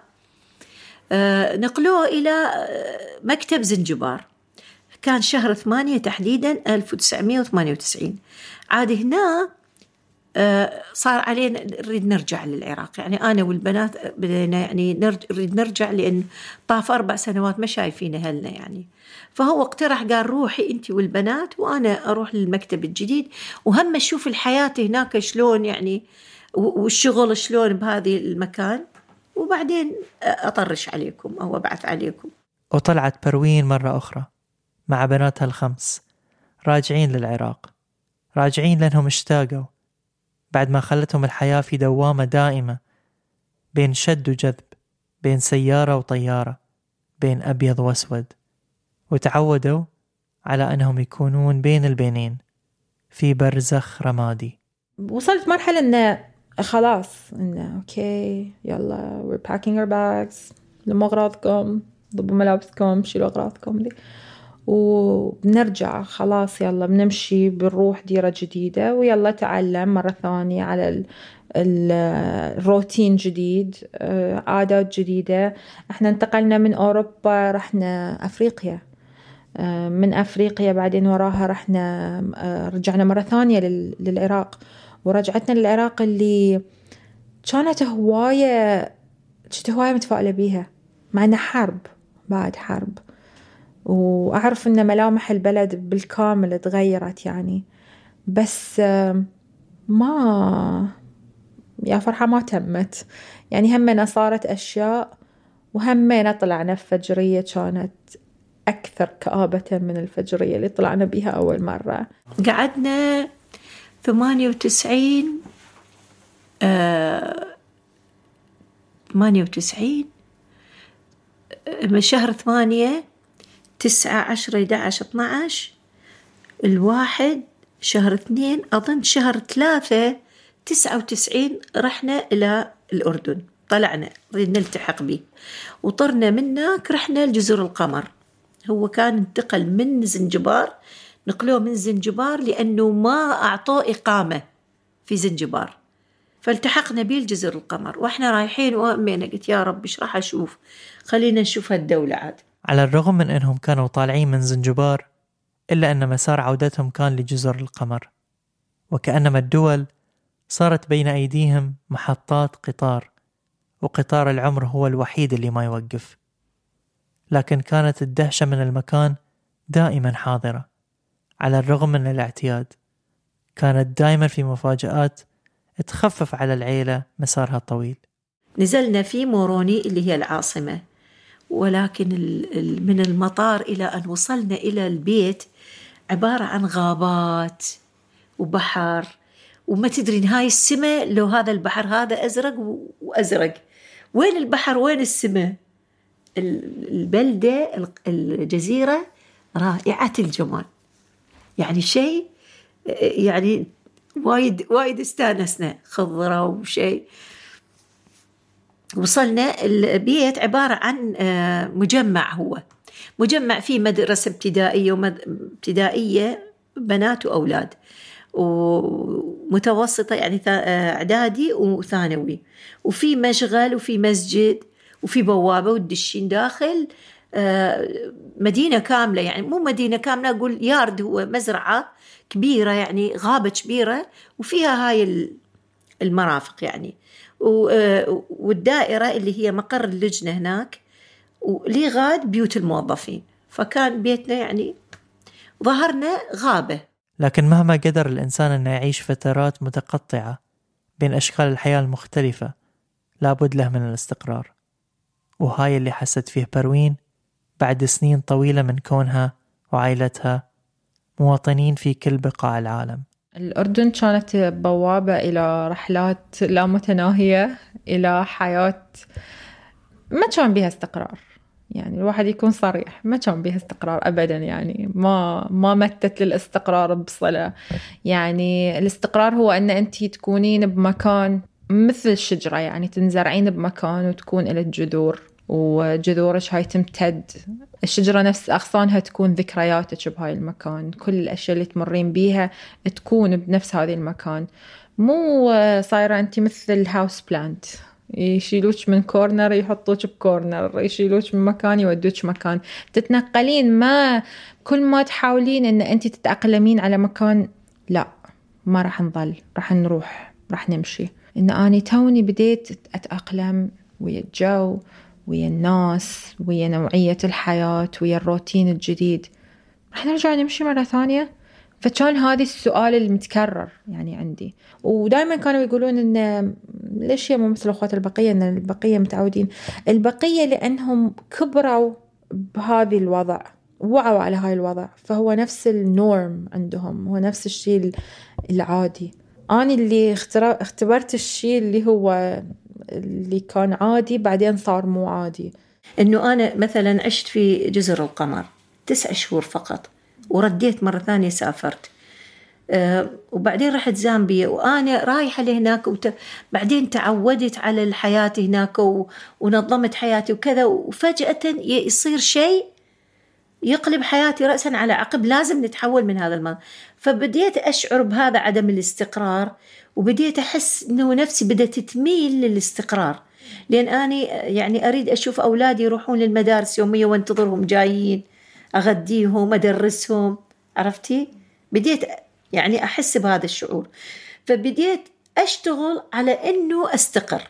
آه نقلوه إلى مكتب زنجبار، كان شهر ثمانية تحديدا ألف وتسعمائة وثمانية وتسعين. عاد هنا آه صار علينا نريد نرجع للعراق، يعني أنا والبنات بدينا يعني نريد نرجع، لأن طاف أربع سنوات ما شايفين أهلنا يعني. فهو اقترح قال روحي أنت والبنات وأنا أروح للمكتب الجديد، وهم أشوف الحياة هناك شلون يعني، والشغل شلون بهذه المكان، وبعدين أطرش عليكم أو أبعث عليكم. وطلعت بروين مرة أخرى مع بناتها الخمس راجعين للعراق، راجعين لأنهم اشتاقوا بعد ما خلتهم الحياة في دوامة دائمة بين شد وجذب، بين سيارة وطيارة، بين أبيض وأسود، وتعودوا على أنهم يكونون بين البينين في برزخ رمادي. وصلت مرحلة إنه خلاص إنه أوكي يلا we're packing our bags، لموا أغراضكم، ضبوا ملابسكم، شيلوا أغراضكم دي. وبنرجع خلاص يلا بنمشي بنروح ديرة جديدة ويلا تعلم مرة ثانية على الروتين جديد، عادات جديدة. احنا انتقلنا من أوروبا رحنا أفريقيا، من أفريقيا بعدين وراها رحنا رجعنا مرة ثانية للعراق، ورجعتنا للعراق اللي كانت هواية كنت هواية متفائلة بيها مع أنها حرب، بعد حرب، وأعرف أن ملامح البلد بالكامل تغيرت يعني، بس ما يا فرحة ما تمت يعني. همنا صارت أشياء وهمنا طلعنا في فجرية كانت أكثر كآبة من الفجرية اللي طلعنا بيها أول مرة. قعدنا ثمانية وتسعين آه ثمانية وتسعين من شهر ثمانية تسعة عشرة إحدى عشر اثنا عشر الواحد شهر اثنين أظن شهر ثلاثة تسعة وتسعين رحنا إلى الأردن، طلعنا نريد نلتحق به، وطرنا منك رحنا لجزر القمر. هو كان انتقل من زنجبار، نقلوه من زنجبار لأنه ما أعطوه إقامة في زنجبار، فالتحقنا به لجزر القمر. وإحنا رايحين وأمينا قلت يا رب إيش راح أشوف، خلينا نشوف هالدولة عاد. على الرغم من أنهم كانوا طالعين من زنجبار، إلا أن مسار عودتهم كان لجزر القمر، وكأنما الدول صارت بين أيديهم محطات قطار، وقطار العمر هو الوحيد اللي ما يوقف. لكن كانت الدهشة من المكان دائما حاضرة، على الرغم من الاعتياد كانت دائما في مفاجآت تخفف على العيلة مسارها الطويل. نزلنا في موروني اللي هي العاصمة، ولكن من المطار إلى أن وصلنا إلى البيت عبارة عن غابات وبحر، وما تدري هاي السماء لو هذا البحر هذا أزرق وأزرق، وين البحر وين السماء. البلدة الجزيرة رائعة الجمال، يعني شيء يعني وايد وايد استانسنا، خضرة وشيء. وصلنا البيت عبارة عن مجمع، هو مجمع فيه مدرسة ابتدائية وابتدائية بنات وأولاد، ومتوسطة يعني إعدادي وثانوي، وفي مشغل وفي مسجد وفي بوابة وتدشين داخل مدينة كاملة، يعني مو مدينة كاملة، أقول يارد، هو مزرعة كبيرة يعني غابة كبيرة وفيها هاي المرافق يعني، والدائرة اللي هي مقر اللجنة هناك، ولغاد بيوت الموظفين. فكان بيتنا يعني ظهرنا غابة. لكن مهما قدر الإنسان أن يعيش فترات متقطعة بين أشكال الحياة المختلفة، لابد له من الاستقرار، وهاي اللي حست فيه بروين بعد سنين طويلة من كونها وعائلتها مواطنين في كل بقاع العالم. الأردن كانت بوابة إلى رحلات لا متناهية، إلى حياة ما كان بها استقرار، يعني الواحد يكون صريح، ما كان بها استقرار أبدا، يعني ما ما متت للاستقرار بصلة. يعني الاستقرار هو أن أنت تكونين بمكان مثل الشجرة، يعني تنزرعين بمكان وتكون إلى الجذور، وجذورك هاي تمتد. الشجرة نفس أغصانها تكون ذكرياتك بهاي المكان، كل الأشياء اللي تمرين بيها تكون بنفس هذا المكان، مو صايرة أنت مثل الهاوس بلانت، يشيلوش من كورنر يحطوش بكورنر، يشيلوش من مكان يودوش مكان، تتنقلين. ما كل ما تحاولين أن أنت تتأقلمين على مكان، لا ما راح نظل، راح نروح، راح نمشي. إن أنا توني بديت أتأقلم ويا الجو ويا الناس ويا نوعية الحياة ويا الروتين الجديد، راح نرجع نمشي مرة ثانية. فكان هذا السؤال المتكرر يعني عندي، ودائما كانوا يقولون إن ليش هي مو مثل أخوات البقية، إن البقية متعودين. البقية لأنهم كبروا بهذا الوضع، وعوا على هاي الوضع، فهو نفس النورم عندهم، هو نفس الشيء العادي. أنا اللي اختبرت الشيء اللي هو اللي كان عادي بعدين صار مو عادي. إنه أنا مثلا عشت في جزر القمر تسع شهور فقط، ورديت مرة ثانية سافرت، أه وبعدين رحت زامبيا، وأنا رايحة لهناك، وت... بعدين تعودت على الحياة هناك و... ونظمت حياتي وكذا، وفجأة يصير شيء يقلب حياتي رأسا على عقب، لازم نتحول من هذا المنظر. فبديت أشعر بهذا عدم الاستقرار، وبديت أحس أنه نفسي بدأت تميل للاستقرار، لأن أنا يعني أريد أشوف أولادي يروحون للمدارس يومية وانتظرهم جايين، أغديهم، أدرسهم، عرفتي؟ بديت يعني أحس بهذا الشعور، فبديت أشتغل على أنه أستقر.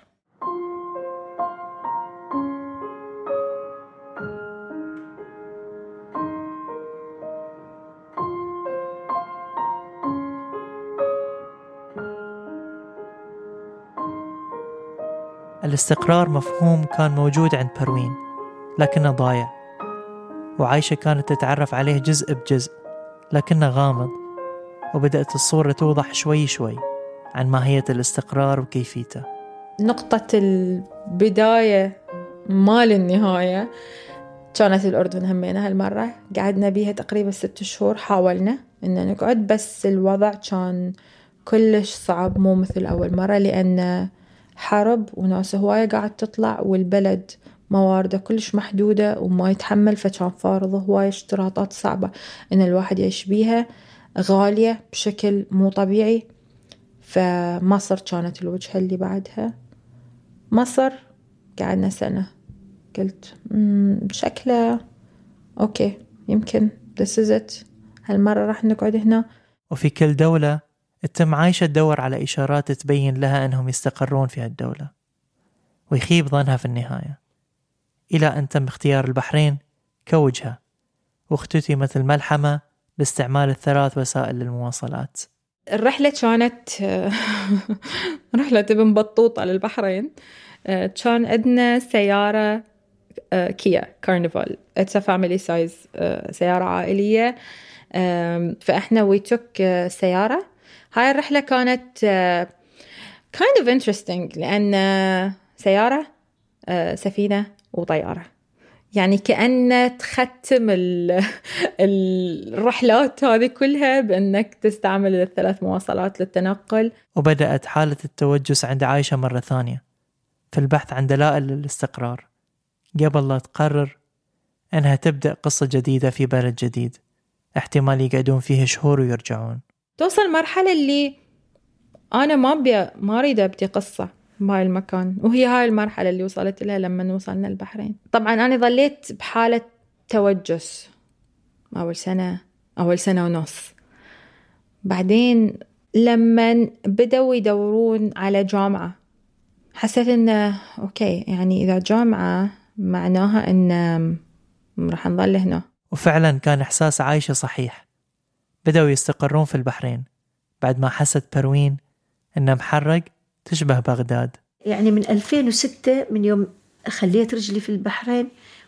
الاستقرار مفهوم كان موجود عند بروين لكنه ضايع، وعايشة كانت تتعرف عليه جزء بجزء لكنه غامض، وبدأت الصورة توضح شوي شوي عن ماهية الاستقرار وكيفيته. نقطة البداية مال النهاية كانت الأردن همينة هالمرة، قعدنا بيها تقريبا ست شهور، حاولنا إن نقعد، بس الوضع كان كلش صعب، مو مثل أول مرة، لأن حرب وناس هواية قاعد تطلع، والبلد موارده كلش محدودة وما يتحمل، فكان فارض هواية اشتراطات صعبة إن الواحد يعيش بيها، غالية بشكل مو طبيعي. فمصر كانت الوجهة اللي بعدها. مصر قعدنا سنة، قلت شكله أوكي، يمكن this is it، هالمرة راح نقعد هنا. وفي كل دولة تتم عايشة تدور على إشارات تبين لها أنهم يستقرون في هالدولة، ويخيب ظنها في النهاية، إلى أن تم اختيار البحرين كوجهة، واختتمت الملحمة باستعمال الثلاث وسائل للمواصلات. الرحلة كانت رحلة ابن بطوطة للبحرين. كان عندنا سيارة كيا كارنيفال، it's a family size، سيارة عائلية، فإحنا we took سيارة. هاي الرحلة كانت kind of interesting، لأن سيارة، سفينة، وطيارة، يعني كأن تختم الرحلات هذه كلها بأنك تستعمل الثلاث مواصلات للتنقل. وبدأت حالة التوجس عند عايشة مرة ثانية في البحث عن دلائل للاستقرار، قبل لا تقرر أنها تبدأ قصة جديدة في بلد جديد احتمال يقعدون فيه شهور ويرجعون. توصل مرحلة اللي أنا ما بي ما أريد أبدي قصة بهاي المكان، وهي هاي المرحلة اللي وصلت لها لما وصلنا البحرين. طبعا أنا ظليت بحالة توجس أول سنة أول سنة ونص. بعدين لما بدأوا يدورون على جامعة، حسيت إنه أوكي، يعني إذا جامعة معناها إن راح نظل هنا. وفعلا كان إحساس عايشة صحيح، بدأوا يستقرون في البحرين بعد ما حست بروين إن محرق تشبه بغداد. يعني من ألفين وستة، من يوم خليت رجلي في البحرين،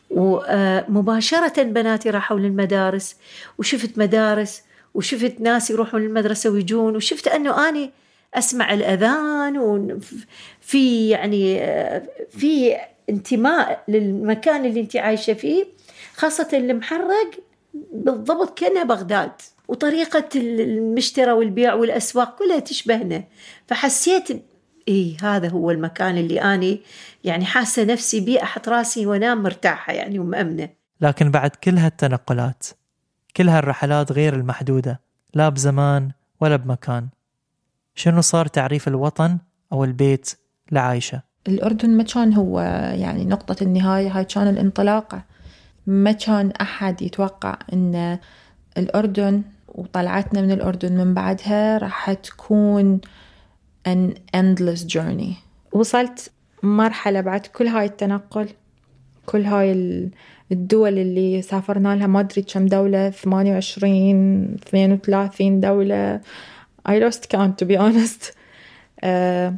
ومباشرة بناتي راحوا للمدارس، وشفت مدارس، وشفت ناس يروحون للمدرسة ويجون، وشفت أنه أنا أسمع الأذان، وفي يعني في انتماء للمكان اللي انت عايشة فيه، خاصة المحرق بالضبط كأنها بغداد، وطريقة المشترى والبيع والأسواق كلها تشبهنا. فحسيت إيه هذا هو المكان اللي أنا يعني حاسة نفسي بيه، أحط راسي وأنام مرتاحة يعني ومأمنة. لكن بعد كل هالتنقلات، كل هالرحلات غير المحدودة، لا بزمان ولا بمكان، شنو صار تعريف الوطن أو البيت لعايشة؟ الأردن ما كان هو يعني نقطة النهاية، هاي كان الانطلاقة. ما كان أحد يتوقع أن الأردن وطلعتنا من الأردن من بعدها راح تكون an endless journey. وصلت مرحلة بعد كل هاي التنقل، كل هاي الدول اللي سافرنا لها، ما أدري كم دولة، ثمانية وعشرين اثنين وثلاثين دولة، I lost count to be honest. uh,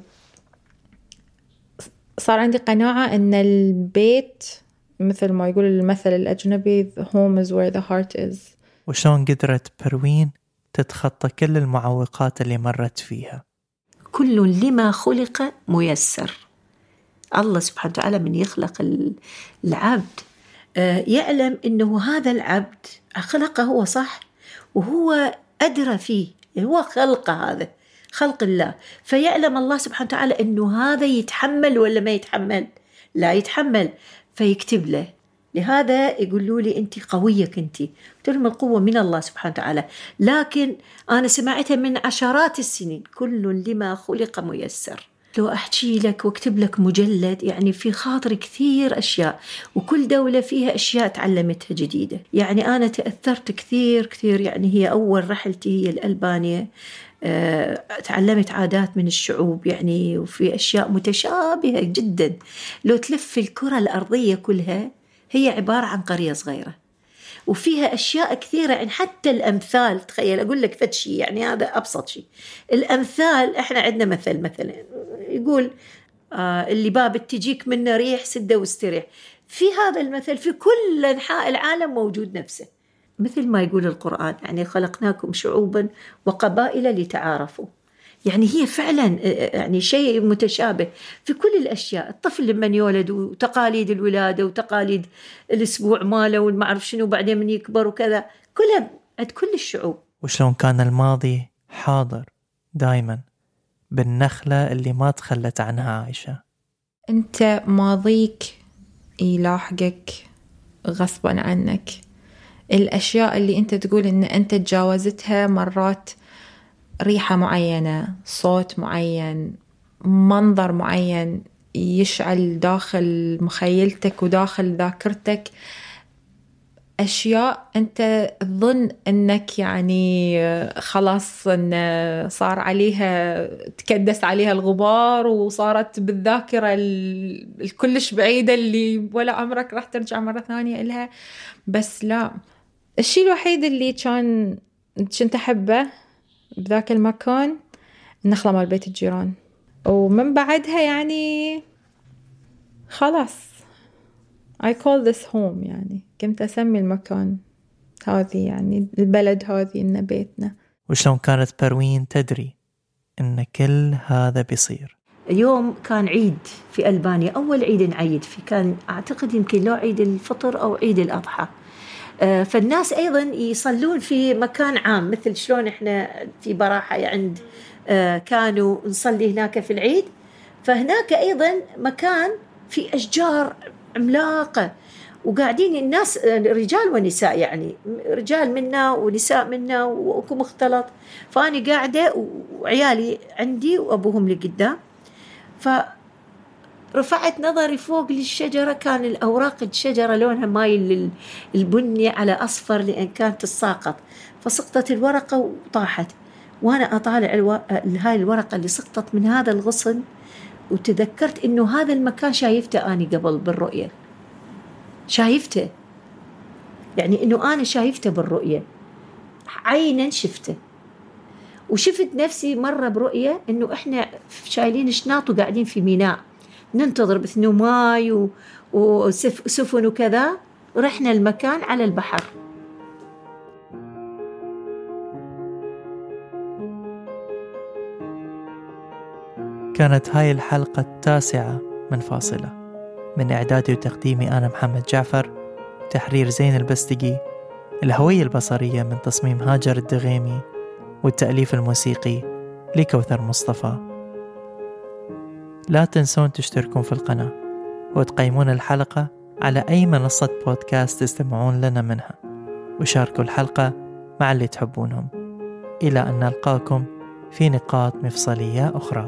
صار عندي قناعة أن البيت مثل ما يقول المثل الأجنبي the home is where the heart is. وشون قدرت بروين تتخطى كل المعوقات اللي مرت فيها؟ كل لما خلق ميسر. الله سبحانه وتعالى من يخلق العبد يعلم أنه هذا العبد خلقه هو صح، وهو أدرى فيه، هو خلقه، هذا خلق الله، فيعلم الله سبحانه وتعالى أنه هذا يتحمل ولا ما يتحمل، لا يتحمل، فيكتب له لهذا يقولوا لي أنت قوية كنتي، قلت لهم القوة من الله سبحانه وتعالى، لكن أنا سمعتها من عشرات السنين، كل لما خلق ميسر. لو أحكي لك واكتب لك مجلد، يعني في خاطر كثير أشياء، وكل دولة فيها أشياء تعلمتها جديدة. يعني أنا تأثرت كثير كثير، يعني هي أول رحلتي هي الألبانيا، أه تعلمت عادات من الشعوب يعني، وفي أشياء متشابهة جدا. لو تلف الكرة الأرضية كلها هي عبارة عن قرية صغيرة، وفيها أشياء كثيرة. يعني حتى الأمثال، تخيل أقول لك فتشي، يعني هذا أبسط شيء. الأمثال إحنا عندنا مثل مثلا يقول آه اللي باب تجيك منه ريح سده واستريح. في هذا المثل في كل أنحاء العالم موجود نفسه، مثل ما يقول القرآن يعني خلقناكم شعوبا وقبائل لتعارفوا. يعني هي فعلا يعني شيء متشابه في كل الأشياء. الطفل لمن يولد وتقاليد الولادة وتقاليد الأسبوع ماله والمعرف شنو، بعدين من يكبر وكذا، كلها عند كل الشعوب. وشلون كان الماضي حاضر دايما بالنخلة اللي ما تخلت عنها عائشة. أنت ماضيك يلاحقك غصبا عنك. الأشياء اللي أنت تقول إن أنت تجاوزتها مرات، ريحة معينة، صوت معين، منظر معين يشعل داخل مخيلتك وداخل ذاكرتك، أشياء أنت تظن أنك يعني خلاص أن صار عليها تكدس عليها الغبار وصارت بالذاكرة الكلش بعيدة اللي ولا عمرك راح ترجع مرة ثانية إلها. بس لا، الشيء الوحيد اللي كان كنت أحبه بذاك المكان النخلة مال بيت الجيران، ومن بعدها يعني خلاص I call this home. يعني كنت أسمي المكان هذه يعني البلد هذه إنه بيتنا. وشلون كانت بروين تدري إن كل هذا بيصير؟ يوم كان عيد في ألبانيا، أول عيد نعيد فيه، كان أعتقد يمكن لو عيد الفطر أو عيد الأضحى. فالناس أيضا يصلون في مكان عام، مثل شلون إحنا في براحة عند كانوا نصلي هناك في العيد، فهناك أيضا مكان في أشجار عملاقة، وقاعدين الناس رجال ونساء، يعني رجال منا ونساء منا وأكو مختلط. فأنا قاعدة وعيالي عندي وأبوهم لقدام، فرفعت نظري فوق للشجرة، كان الأوراق الشجرة لونها مايل للبني على أصفر لأن كانت تساقط، فسقطت الورقة وطاحت. وأنا أطالع الو... هاي الورقة اللي سقطت من هذا الغصن، وتذكرت إنه هذا المكان شايفته أنا قبل بالرؤية، شايفته يعني إنه أنا شايفته بالرؤية، عينا شفته. وشفت نفسي مرة برؤية إنه إحنا شايلين شناط وقاعدين في ميناء ننتظر بثنو ماي وسفن وكذا، ورحنا المكان على البحر. كانت هاي الحلقة التاسعة من فاصلة، من إعدادي وتقديمي أنا محمد جعفر، تحرير زين البستقي، الهوية البصرية من تصميم هاجر الدغيمي، والتأليف الموسيقي لكوثر مصطفى. لا تنسون تشتركون في القناة وتقيمون الحلقة على أي منصة بودكاست تستمعون لنا منها، وشاركوا الحلقة مع اللي تحبونهم. إلى أن نلقاكم في نقاط مفصلية أخرى.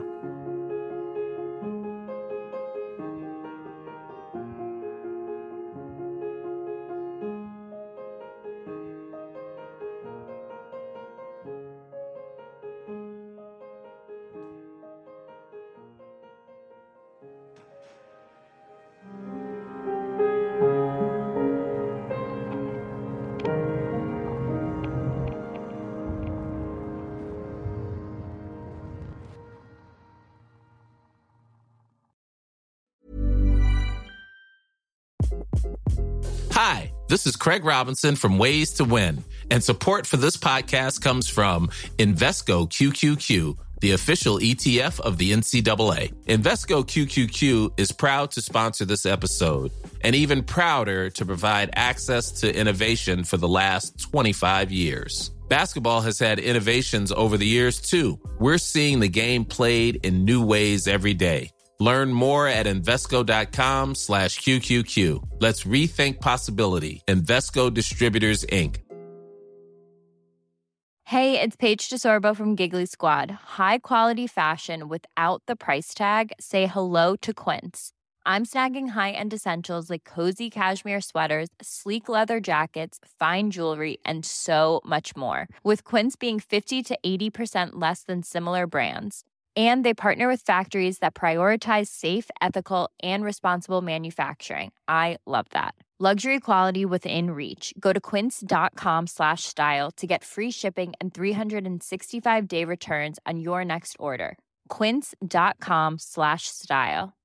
Hi, this is Craig Robinson from Ways to Win, and support for this podcast comes from Invesco Q Q Q, the official E T F of the N C double A. Invesco Q Q Q is proud to sponsor this episode, and even prouder to provide access to innovation for the last twenty-five years. Basketball has had innovations over the years, too. We're seeing the game played in new ways every day. Learn more at Invesco.com slash QQQ. Let's rethink possibility. Invesco Distributors, Incorporated. Hey, it's Paige DeSorbo from Giggly Squad. High quality fashion without the price tag. Say hello to Quince. I'm snagging high-end essentials like cozy cashmere sweaters, sleek leather jackets, fine jewelry, and so much more. With Quince being fifty to eighty percent less than similar brands. And they partner with factories that prioritize safe, ethical, and responsible manufacturing. I love that. Luxury quality within reach. Go to quince.com slash style to get free shipping and three sixty-five day returns on your next order. Quince.com slash style.